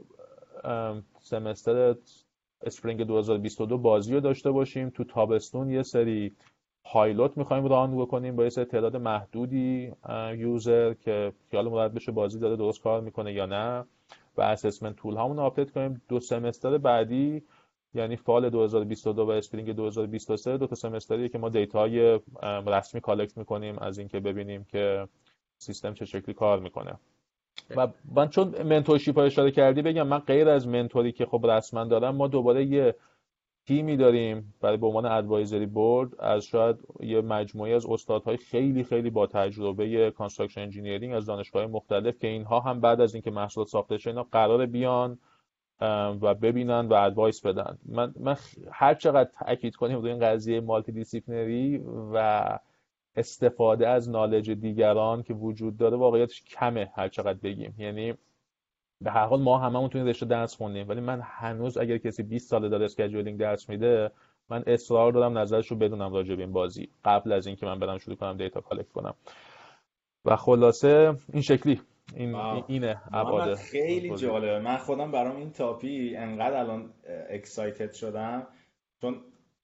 Speaker 3: سمستر اسپرینگ دو هزار و بیست و دو بازی رو داشته باشیم. تو تابستون یه سری پایلوت میخوایم ران بکنیم با یه سری تعداد محدودی یوزر که خیال راحت بشه بازی داره درست کار میکنه یا نه، و اسسمنت تول هامون رو آپدیت کنیم. دو سمستر بعدی یعنی فال دو هزار و بیست و دو و اسپرینگ دو هزار و بیست و سه دو تا سمستریه که ما دیتاهای رسمی کالکت میکنیم از اینکه ببینیم که سیستم چه شکلی کار میکنه. و من چون منتورشیپ ها اشاره کردی بگم من غیر از منتوری که خب رسما دارم، ما دوباره یه تیمی داریم برای به عنوان ادوایزری بورد از شاید یه مجموعه از استادهای خیلی خیلی با تجربه کانستراکشن انجینیرینگ از دانشگاه مختلف که اینها هم بعد از اینکه محصولات ساخته شه اینا قراره بیان و ببینن و ادوایس بدن. من من هر چقدر تاکید کنیم روی این قضیه مالتی دیسیپلینری و استفاده از نالج دیگران که وجود داره واقعیتش کمه هر چقدر بگیم. یعنی به هر حال ما هممون تو این رشته درس خوندیم، ولی من هنوز اگر کسی بیست ساله داره اسکیجولینگ درس میده من اصرار دارم نظرش رو بدونم راجع به این بازی قبل از اینکه من برم شروع کنم دیتا کالکت کنم. و خلاصه این شکلی این واو. اینه ابعاد.
Speaker 2: خیلی جالبه. من خودم برام این تاپی انقدر الان اکسایتد شدم چون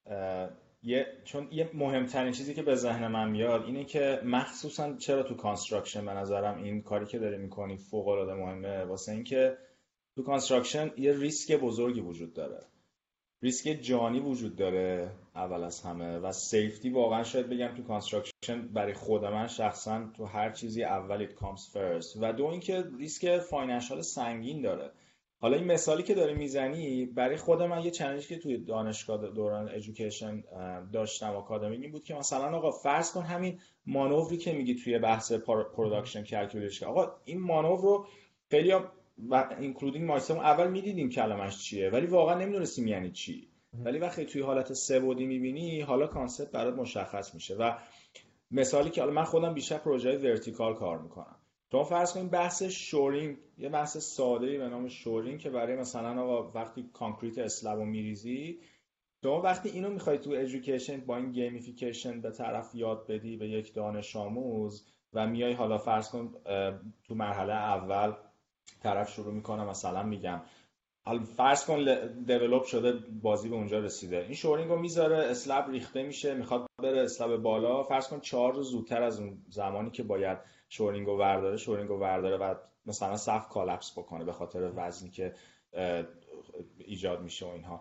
Speaker 2: یه چون یه مهمترین چیزی که به ذهن من میاد اینه که مخصوصا چرا تو کانستراکشن به نظرم این کاری که داری میکنی فوق العاده مهمه، واسه اینکه تو کانستراکشن یه ریسک بزرگی وجود داره، ریسک جانی وجود داره اول از همه و سیفتی. واقعا شاید بگم تو کانستراکشن برای خود من شخصا تو هر چیزی اول it comes first، و دو اینکه ریسک فاینانشال سنگین داره. حالا این مثالی که داری میزنی برای خود من یه چالنجی که توی دانشگاه دوران ادویکیشن داشتم آکادمیک این بود که مثلا آقا فرض کن همین مانوری که میگی توی بحث پروداکشن کلکیولیشن، آقا این مانور رو خیلی و اینکلودینگ مایسم اول میدیدیم کلمش چیه ولی واقعا نمیدونستیم یعنی چی، ولی وقتی توی حالت سه بعدی میبینی حالا کانسپت برات مشخص میشه. و مثالی که حالا من خودم بیشتر پروژه ورتیکال کار میکنم، تو فرض کن بحث شورینگ یه بحث ساده‌ای به نام شورینگ که برای مثلا آقا وقتی کانکریت اسلب رو میریزی، تو وقتی اینو میخوای تو ادویکیشن با این گیمیفیکیشن به طرف یاد بدی به یک دانش آموز و میای حالا فرض کن تو مرحله اول طرف شروع میکنه مثلا میگم حالا فرض کن دیولپ شده بازی به اونجا رسیده، این شورینگ رو میذاره اسلب ریخته میشه میخواد بره اسلب بالا، فرض کن چهار روز زودتر از اون زمانی که باید شورینگ رو ورداره شورینگ رو ورداره و مثلا صف کالاپس بکنه به خاطر وزنی که ایجاد میشه و اینها.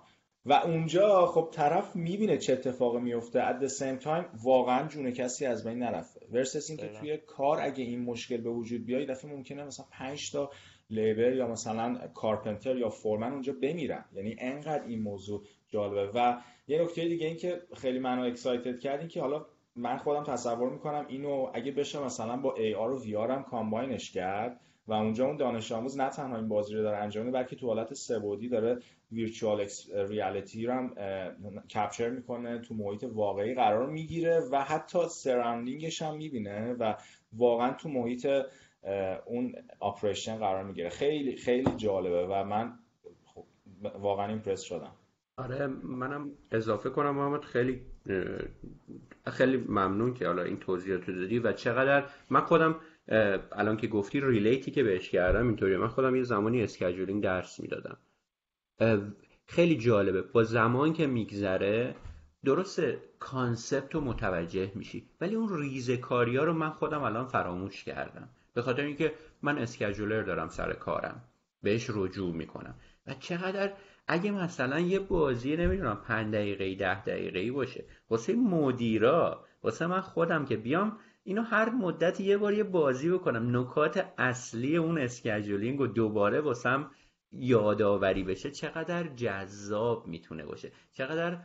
Speaker 2: و اونجا خب طرف میبینه چه اتفاقی میفته. at the same time واقعا جون کسی از بین نرفته. ورسس این که
Speaker 3: دقیقاً.
Speaker 2: توی کار اگه این مشکل به وجود بیاد، دفعه ممکنه مثلا پنج تا لیبر یا مثلا کارپنتر یا فورمن اونجا بمیرن. یعنی انقدر این موضوع جالبه. و یه نکته دیگه این که خیلی منو اکسایتد کرد، این که حالا من خودم تصور میکنم اینو اگه بشه مثلا با ای آر و وی آر هم کامباینش کرد و اونجا اون دانش آموز نه تنها این بازی رو داره انجام میده، بلکه تو حالت سه‌بعدی داره ویرچوال ریالیتی رو هم کپچر میکنه، تو محیط واقعی قرار میگیره و حتی سراوندینگش هم میبینه و واقعا تو محیط اون اپریشن قرار میگیره. خیلی خیلی جالبه و من خب واقعا ایمپرس شدم.
Speaker 1: آره منم اضافه کنم محمد، خیلی خیلی ممنون که حالا این توضیحات رو دادی. و چقدر من خودم الان که گفتی ریلیتی که بهش کردم اینطوریه. من خودم یه زمانی اسکیجولینگ درس میدادم. خیلی جالبه با زمان که میگذره درسته کانسپت رو متوجه میشی، ولی اون ریزکاری ها رو من خودم الان فراموش کردم، به خاطر اینکه من اسکیجولر دارم سر کارم، بهش رجوع میکنم. و چقدر اگه مثلا یه بازی نمیدونم پنج دقیقه‌ای ده دقیقه‌ای باشه واسه مدیرا، واسه من خودم که بیام اینو هر مدت یه بار یه بازی بکنم، نکات اصلی اون اسکیجولینگ رو دوباره واسم یادآوری بشه، چقدر جذاب میتونه باشه، چقدر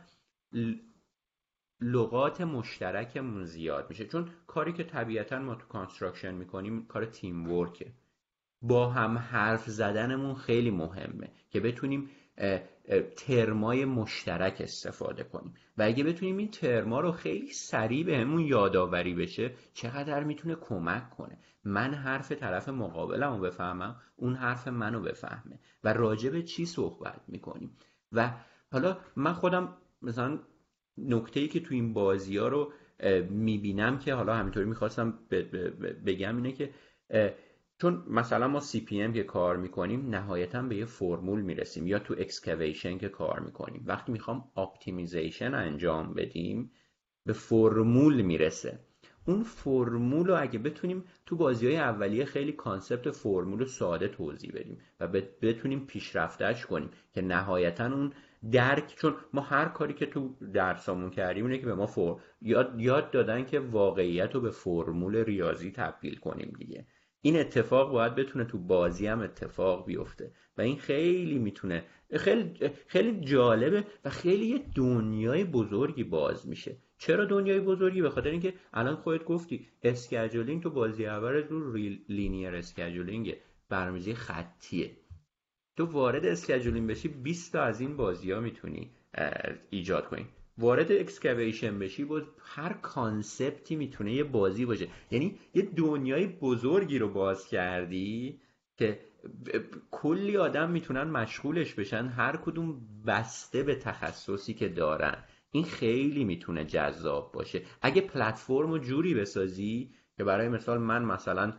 Speaker 1: لغات مشترکمون زیاد میشه. چون کاری که طبیعتا ما تو کانستراکشن میکنیم کار تیم ورکه، با هم حرف زدنمون خیلی مهمه که بتونیم ترمای مشترک استفاده کنیم و اگه بتونیم این ترما رو خیلی سریع بهمون یادآوری بشه چقدر میتونه کمک کنه من حرف طرف مقابلمو بفهمم، اون حرف منو بفهمه و راجع به چی صحبت میکنیم. و حالا من خودم مثلا نکته‌ای که تو این بازی‌ها رو میبینم که حالا همینطوری میخواستم بگم اینه که چون مثلا ما سی پی ام که کار میکنیم نهایتاً به یه فرمول میرسیم، یا تو اکسکیویشن که کار میکنیم وقتی میخوام اپتیمیزیشن انجام بدیم به فرمول میرسه. اون فرمول رو اگه بتونیم تو بازی‌های اولیه خیلی کانسپت فرمول رو ساده توضیح بدیم و بتونیم پیشرفتش کنیم که نهایتاً اون درک، چون ما هر کاری که تو درسامون کردیم اینه که به ما فر... یاد, یاد دادن که واقعیت رو به فرمول ریاضی تبدیل کنیم دیگه. این اتفاق باید بتونه تو بازی هم اتفاق بیفته و این خیلی میتونه خیلی خیلی جالبه و خیلی یه دنیای بزرگی باز میشه. چرا دنیای بزرگی؟ به خاطر اینکه الان خودت گفتی اسکیجولینگ تو بازی اول رو لینیر اسکیجولینگ، برنامه‌ریزی خطیه. تو وارد اسکیجولینگ بشی بیست تا از این بازی‌ها میتونی ایجاد کنی. وارد اکسکیویشن بشی با هر کانسپتی میتونه یه بازی باشه. یعنی یه دنیای بزرگی رو باز کردی که کلی آدم میتونن مشغولش بشن، هر کدوم بسته به تخصصی که دارن. این خیلی میتونه جذاب باشه اگه پلتفرم رو جوری بسازی که برای مثال من مثلا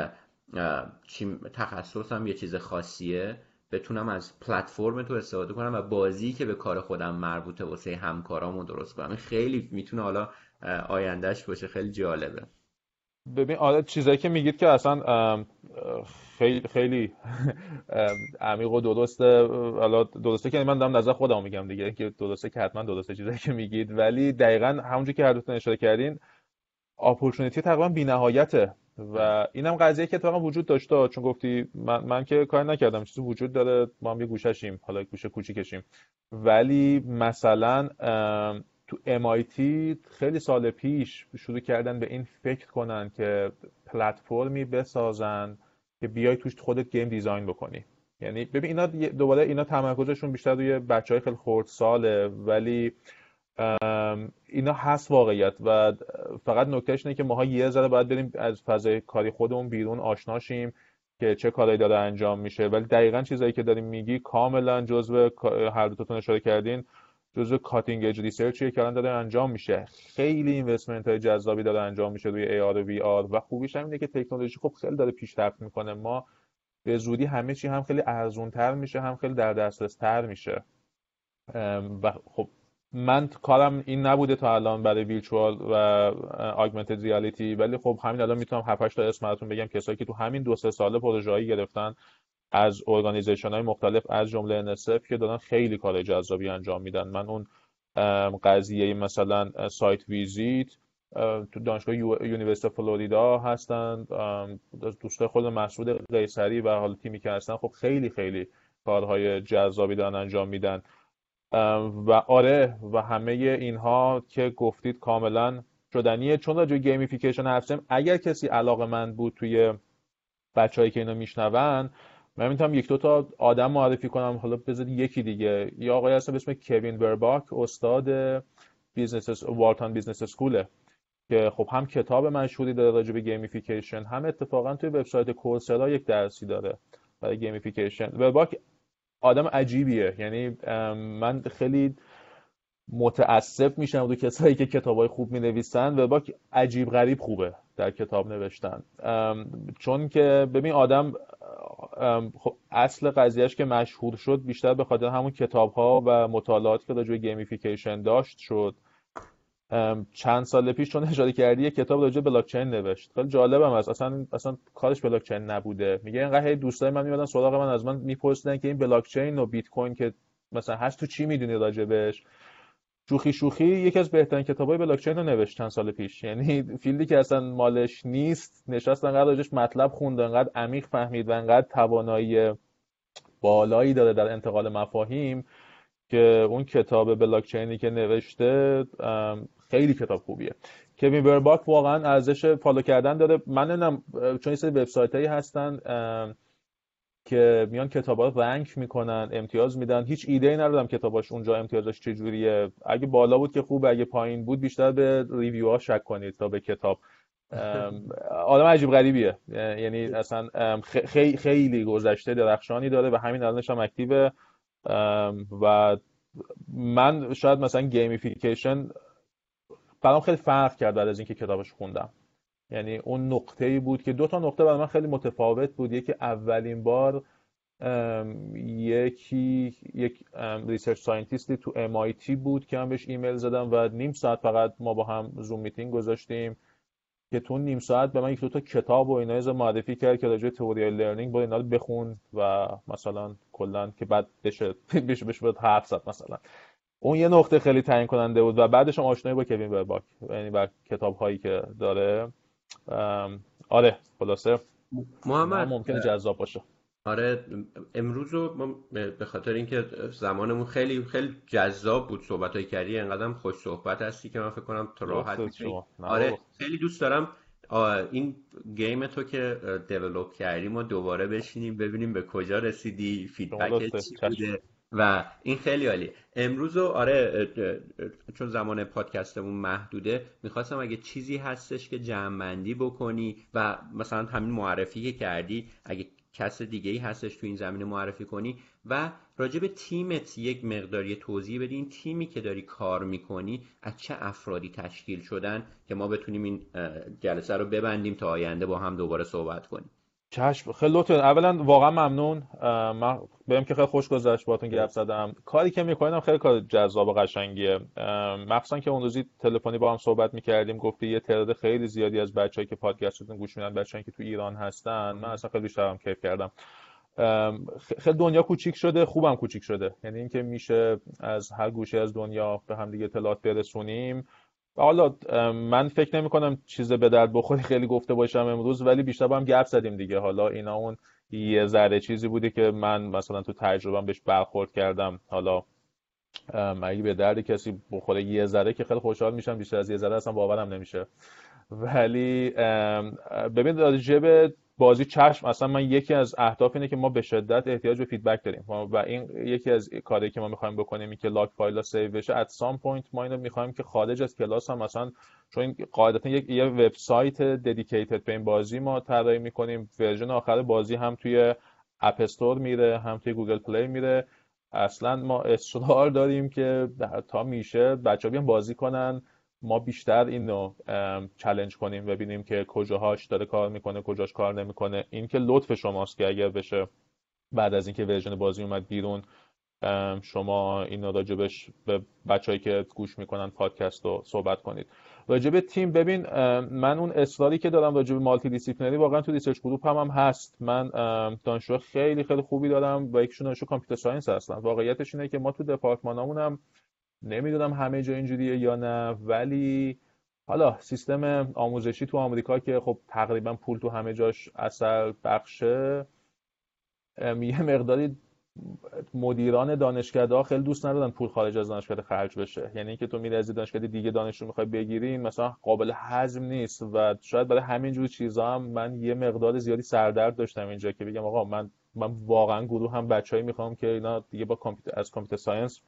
Speaker 1: تخصصم یه چیز خاصیه، بتونم از پلتفرم تو استفاده کنم و بازی که به کار خودم مربوطه واسه همکارامو درست کنم. خیلی میتونه حالا آیندهش باشه، خیلی جالبه.
Speaker 3: ببین آره چیزایی که میگید که اصلا خیلی خیلی عمیق و درسته. حالا درسته که من دارم نظر خودم میگم دیگه که درسته که حتما درسته چیزایی که میگید، ولی دقیقاً همونجوری که هر دوتون اشاره کردین اپورتونتی تقریبا بی‌نهایته و اینم قضیه که اتفاقا وجود داشته. چون گفتی من, من که کار نکردم، چیزی وجود داره، ما هم یه گوشه‌شیم، حالا گوشه کوچیکشیم، ولی مثلا تو ام آی تی خیلی سال پیش شروع کردن به این فکر کنن که پلتفرمی بسازن که بیای توش خودت گیم دیزاین بکنی. یعنی ببین اینا دوباره اینا تمرکزشون بیشتر روی بچهای خیلی خردساله، ولی اینا هست واقعیت و فقط نکتهش اینه که ماها یه ذره باید بریم از فضای کاری خودمون بیرون آشنا شیم که چه کارهایی داره انجام میشه. ولی دقیقاً چیزایی که داریم میگی کاملا جزو هر دوتاتون اشاره کردین جزو کاتینگ اج ریسرچیه که الان داره انجام میشه. خیلی اینوستمنت های جذابی داره انجام میشه روی ای آر و وی آر و خوبیش هم اینه که تکنولوژی خب خیلی داره پیشرفت میکنه. ما به زودی همه چی هم خیلی ارزونتر میشه هم خیلی در دسترس تر میشه و خب من کارم این نبوده تا الان برای ویرچوال و آگمنتد ریالیتی، ولی خب همین الان میتونم هفت هشت تا اسم براتون بگم کسایی که تو همین دو سه ساله پروژه‌ای گرفتن از ارگانیزیشن های مختلف از جمله ان اس اف که دارن خیلی کار جذابی انجام میدن. من اون قضیه مثلا سایت ویزیت تو دانشگاه یونیورسیتی فلوریدا هستن، دوستای خود مسعود قیصری و حالا تیمی که هستن خب خیلی خیلی کارهای جذابی دارن انجام میدن. و آره و همه اینها که گفتید کاملا شدنیه. چون راجع به گیمیفیکیشن حرف زدیم، اگر کسی علاقه‌مند بود توی بچه‌هایی که اینو میشنون، من میتونم یک دو تا آدم معرفی کنم. حالا بذارید یکی دیگه، یا آقای هست به اسم کوین برباک، استاد بیزنس وارتان بیزنس اسکوله که خب هم کتاب مشهوری داره راجع به گیمیفیکیشن، هم اتفاقا توی وبسایت کورسرا یک درسی داره برای گیمیفیکیشن. برباک آدم عجیبیه، یعنی من خیلی متاسف میشم دو کسایی که کتابای خوب مینویسن. برباک عجیب غریب خوبه در کتاب نوشتن، چون که ببین آدم خب اصل قضیهش که مشهور شد بیشتر به خاطر همون کتاب‌ها و مطالعاتی که راجع به گیمیفیکیشن داشت شد. چند سال پیش چون اشاره کردی یه کتاب راجع به بلاکچین نوشت، خیلی جالبم است. اصلا اصلا کارش بلاکچین نبوده. میگه اینقدر هی دوستای من میادن سراغ من، از من میپرسیدن که این بلاکچین و بیت کوین که مثلا هست تو چی میدونی راجبش. شوخی شوخی یکی از بهترین کتابای بلاکچین رو نوشت چند سال پیش، یعنی فیلدی که اصلا مالش نیست نشست انقدر راجعش مطلب خوند، انقدر عمیق فهمید و انقدر توانایی بالایی داره در انتقال مفاهیم که اون کتاب بلاکچینی که نوشته خیلی کتاب خوبیه. کوین برباک واقعا ارزش فالو کردن داره. من نمیدونم چون یه سری وبسایتایی هستن که میان کتابا رو رنک میکنن، امتیاز میدن. هیچ ایده ای ندارم کتاباش اونجا امتیازش چجوریه. اگه بالا بود که خوبه، اگه پایین بود بیشتر به ریویوها شک کنید تا به کتاب. آدم عجیب غریبیه، یعنی اصلا خیلی خیلی گذشته درخشانی داره و همین الانش هم اکتیوه. و من شاید مثلا گیمیفیکیشن برام خیلی فرق کرد بعد از اینکه کتابش خوندم. یعنی اون نقطه‌ای بود که دو تا نقطه برای من خیلی متفاوت بود. یکی اولین بار یکی یک ریسرچ ساینتیستی تو ام آی تی بود که من بهش ایمیل زدم و نیم ساعت فقط ما با هم زوم میتینگ گذاشتیم که تو نیم ساعت به من یک دو تا کتاب و اینا رو معرفی کرد که راجع به تئوری لرنینگ با اینا رو بخون و مثلا کلا که بعد بشه بشه بشه حرف زد مثلا. اون یه نقطه خیلی تعیین کننده بود و بعدش هم آشنایی با کوین برباک، یعنی با کتاب‌هایی که داره. آره خلاصه
Speaker 1: محمد
Speaker 3: ممکنه جذاب باشه.
Speaker 1: آره امروز رو ما به خاطر اینکه زمانمون خیلی خیلی جذاب بود صحبتای کردی، انقدرم خوش صحبت هستی که من فکر کنم تا راحت میتونی. آره خیلی دوست دارم این گیم تو که دیولپ کردیم و دوباره بشینیم ببینیم به کجا رسیدی، فیدبک چی بوده و این خیلی عالیه. امروز رو آره چون زمان پادکستمون محدوده میخواستم اگه چیزی هستش که جمع‌بندی بکنی و مثلا همین معرفی که کردی اگه کس دیگه‌ای هستش تو این زمینه معرفی کنی و راجع به تیمت یک مقداری توضیح بدی. این تیمی که داری کار میکنی از چه افرادی تشکیل شدن که ما بتونیم این جلسه رو ببندیم تا آینده با هم دوباره صحبت کنیم.
Speaker 3: چشم، خیلی لطفا. اولا واقعا ممنون، من بهم که خیلی خوش گذشت باهاتون گپ زدم. کاری که میکنم خیلی کار جذاب و قشنگیه، مخصوصا که اون روزی تلفنی با هم صحبت میکردیم گفتی یه تعداد خیلی زیادی از بچه‌ای که پادکستتون گوش میدن بچه‌ای که تو ایران هستن. من اصلا خیلی بیشترم کیف کردم. خیلی دنیا کوچیک شده، خوبم کوچیک شده، یعنی اینکه میشه از هر گوشه از دنیا به هم دیگه اطلاعات برسونیم. حالا من فکر نمی کنم چیز به درد بخوری خیلی گفته باشم امروز، ولی بیشتر با هم گپ زدیم دیگه. حالا اینا اون یه ذره چیزی بوده که من مثلا تو تجربه‌ام بهش برخورد کردم. حالا اگه به درد کسی بخوره یه ذره که خیلی خوشحال میشم، بیشتر از یه ذره اصلا باورم نمیشه. ولی ببین راجع به بازی چشم، اصلا من یکی از اهداف اینه که ما به شدت احتیاج به فیدبک داریم و این یکی از کارهایی که ما می‌خوایم بکنیم این که لاگ فایل‌ها سیو بشه. ات سام پوینت ما اینو می‌خوایم که خارج از کلاس هم مثلا، چون قاعدتا یک یه وبسایت ددیکیتد به این بازی ما طراحی می‌کنیم، ورژن آخر بازی هم توی اپ استور میره هم توی گوگل پلی میره. اصلا ما اصرار داریم که تا میشه بچه‌ها بیان بازی کنن، ما بیشتر اینو چالش کنیم و ببینیم که کجاهاش داره کار میکنه کجاش کار نمیکنه. این که لطف شماست که اگر بشه بعد از اینکه ورژن بازی اومد بیرون شما این راجبش به بچه‌ای که گوش میکنن پادکست رو صحبت کنید. راجب تیم، ببین من اون اصراری که دارم راجب مالتی دیسیپلینری واقعا تو ریسرچ گروپ هم, هم هست. من دانشجو خیلی خیلی خوبی دارم و یکیشون دانشجو کامپیوتر ساینس هستن. واقعیتش اینه که ما تو دپارتمانمون هم نمیدونم همه جا اینجوریه یا نه، ولی حالا سیستم آموزشی تو آمریکا که خب تقریبا پول تو همه جاش اثر بخشه، یه مقداری مدیران دانشکده‌ها خیلی دوست ندارن پول خارج از دانشکده خرج بشه. یعنی اینکه تو میری از دانشکده دیگه دانشجو میخوای بگیرین مثلا قابل هضم نیست و شاید برای همین جور چیزا هم من یه مقدار زیادی سردرد داشتم اینجا که بگم آقا من من واقعا گروه هم بچه‌ای میخوام که اینا دیگه با کامپیوتر از کامپیوتر ساینس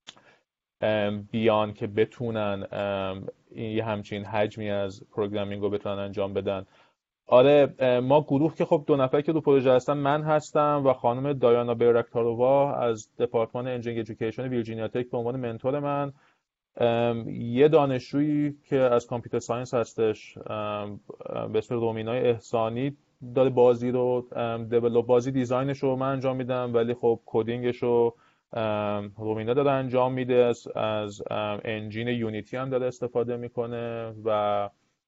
Speaker 3: بیان که بتونن یه همچین حجمی از پروگرامینگ رو بتونن انجام بدن. آره ما گروه که خب دو نفر که دو پروژه هستن، من هستم و خانم دایانا بیرکتاروا از دپارتمان انجینیرینگ ادویکیشن ویرجینیا تک به عنوان منتور من. یه دانشجویی که از کامپیوتر ساینس هستش به اسم رومینای احسانی داره بازی رو دیولپ بازی دیزاینش رو من انجام میدم، ولی خب کدینگش رو رومینا داره انجام میده. از, از انجین یونیتی هم داره استفاده میکنه و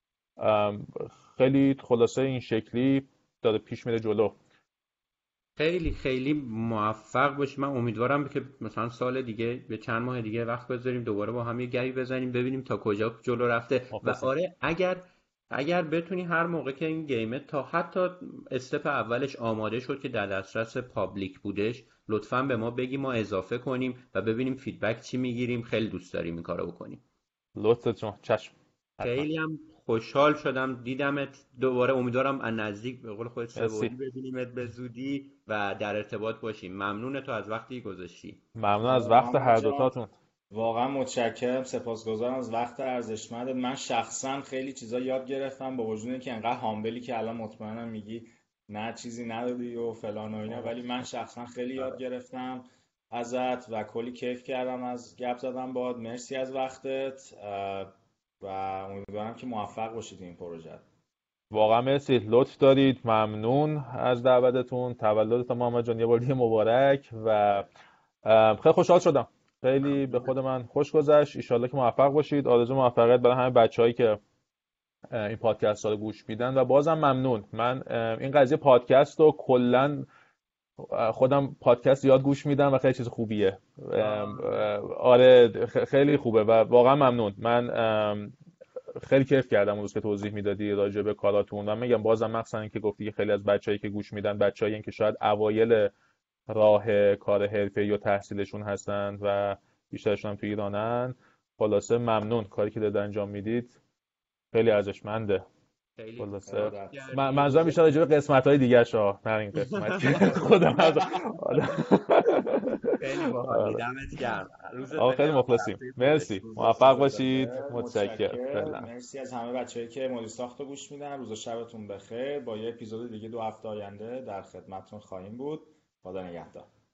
Speaker 3: خیلی خلاصه این شکلی داره پیش میره جلو.
Speaker 1: خیلی خیلی موفق باشی. من امیدوارم که مثلا سال دیگه به چند ماه دیگه وقت بذاریم دوباره با هم یه گری بزنیم ببینیم تا کجا جلو رفته. و آره اگر اگر بتونی هر موقع که این گیمه تا حتی استپ اولش آماده شد که در دسترس پابلیک بودش، لطفاً به ما بگی ما اضافه کنیم و ببینیم فیدبک چی میگیریم. خیلی دوست داریم این کارو بکنیم.
Speaker 3: لطفتون. چشم.
Speaker 1: خیلی هم خوشحال شدم دیدمت دوباره. امیدوارم از نزدیک به قول خودت سه‌بعدی ببینیمت به زودی و در ارتباط باشیم. ممنون تو از وقتی گذاشتی.
Speaker 3: ممنون از وقت هر دوتاتون.
Speaker 2: واقعا متشکرم، سپاسگزارم از وقت ارزشمند. من شخصا خیلی چیزا یاد گرفتم با وجود اینکه انقدر هامبلی که الان مطمئنم میگی نه چیزی ندادی و فلان و اینا، ولی من شخصا خیلی یاد گرفتم ازت و کلی کیف کردم از گپ زدن باهات. مرسی از وقتت و امیدوارم که موفق باشید این پروژه.
Speaker 3: واقعا مرسی، لطف دارید. ممنون از دعوتتون. تولدت محمد جان یه بار دیگه مبارک و خیلی خوشحال شدم. خیلی به خود من خوش گذشت. ان شاءالله که موفق باشید. آرزو موفقیت برای همه بچه‌هایی که این پادکست رو گوش میدن و بازم ممنون. من این قضیه پادکست رو کلا خودم پادکست یاد گوش میدم و خیلی چیز خوبیه. آره خیلی خوبه و واقعا ممنون. من خیلی کیف کردم اون روز که توضیح میدادی راجع به کاراتون و میگم بازم مخصوصا که گفتی که خیلی از بچه‌ای که گوش میدن بچه‌ای که شاید اوایل راه کار حرفه‌ای و تحصیلشون هستن و بیشترشون هم تو ایرانن. خلاصه ممنون. کاری که دارید انجام میدید خیلی ارزشمنده. خلاصه منظورم بیشتر راجع به قسمت‌های دیگه‌ش ها، نه این قسمتی. خودم از
Speaker 1: خیلی باحال. دمت گرم.
Speaker 3: آقا خیلی مخلصیم. مرسی. موفق باشید. متشکرم.
Speaker 2: مرسی از همه بچه‌ای که مدیر ساخت رو گوش میدن. روز و شبتون بخیر. با یه اپیزود دیگه دو هفته آینده در خدمتتون خواهیم بود. خدا نگهدار.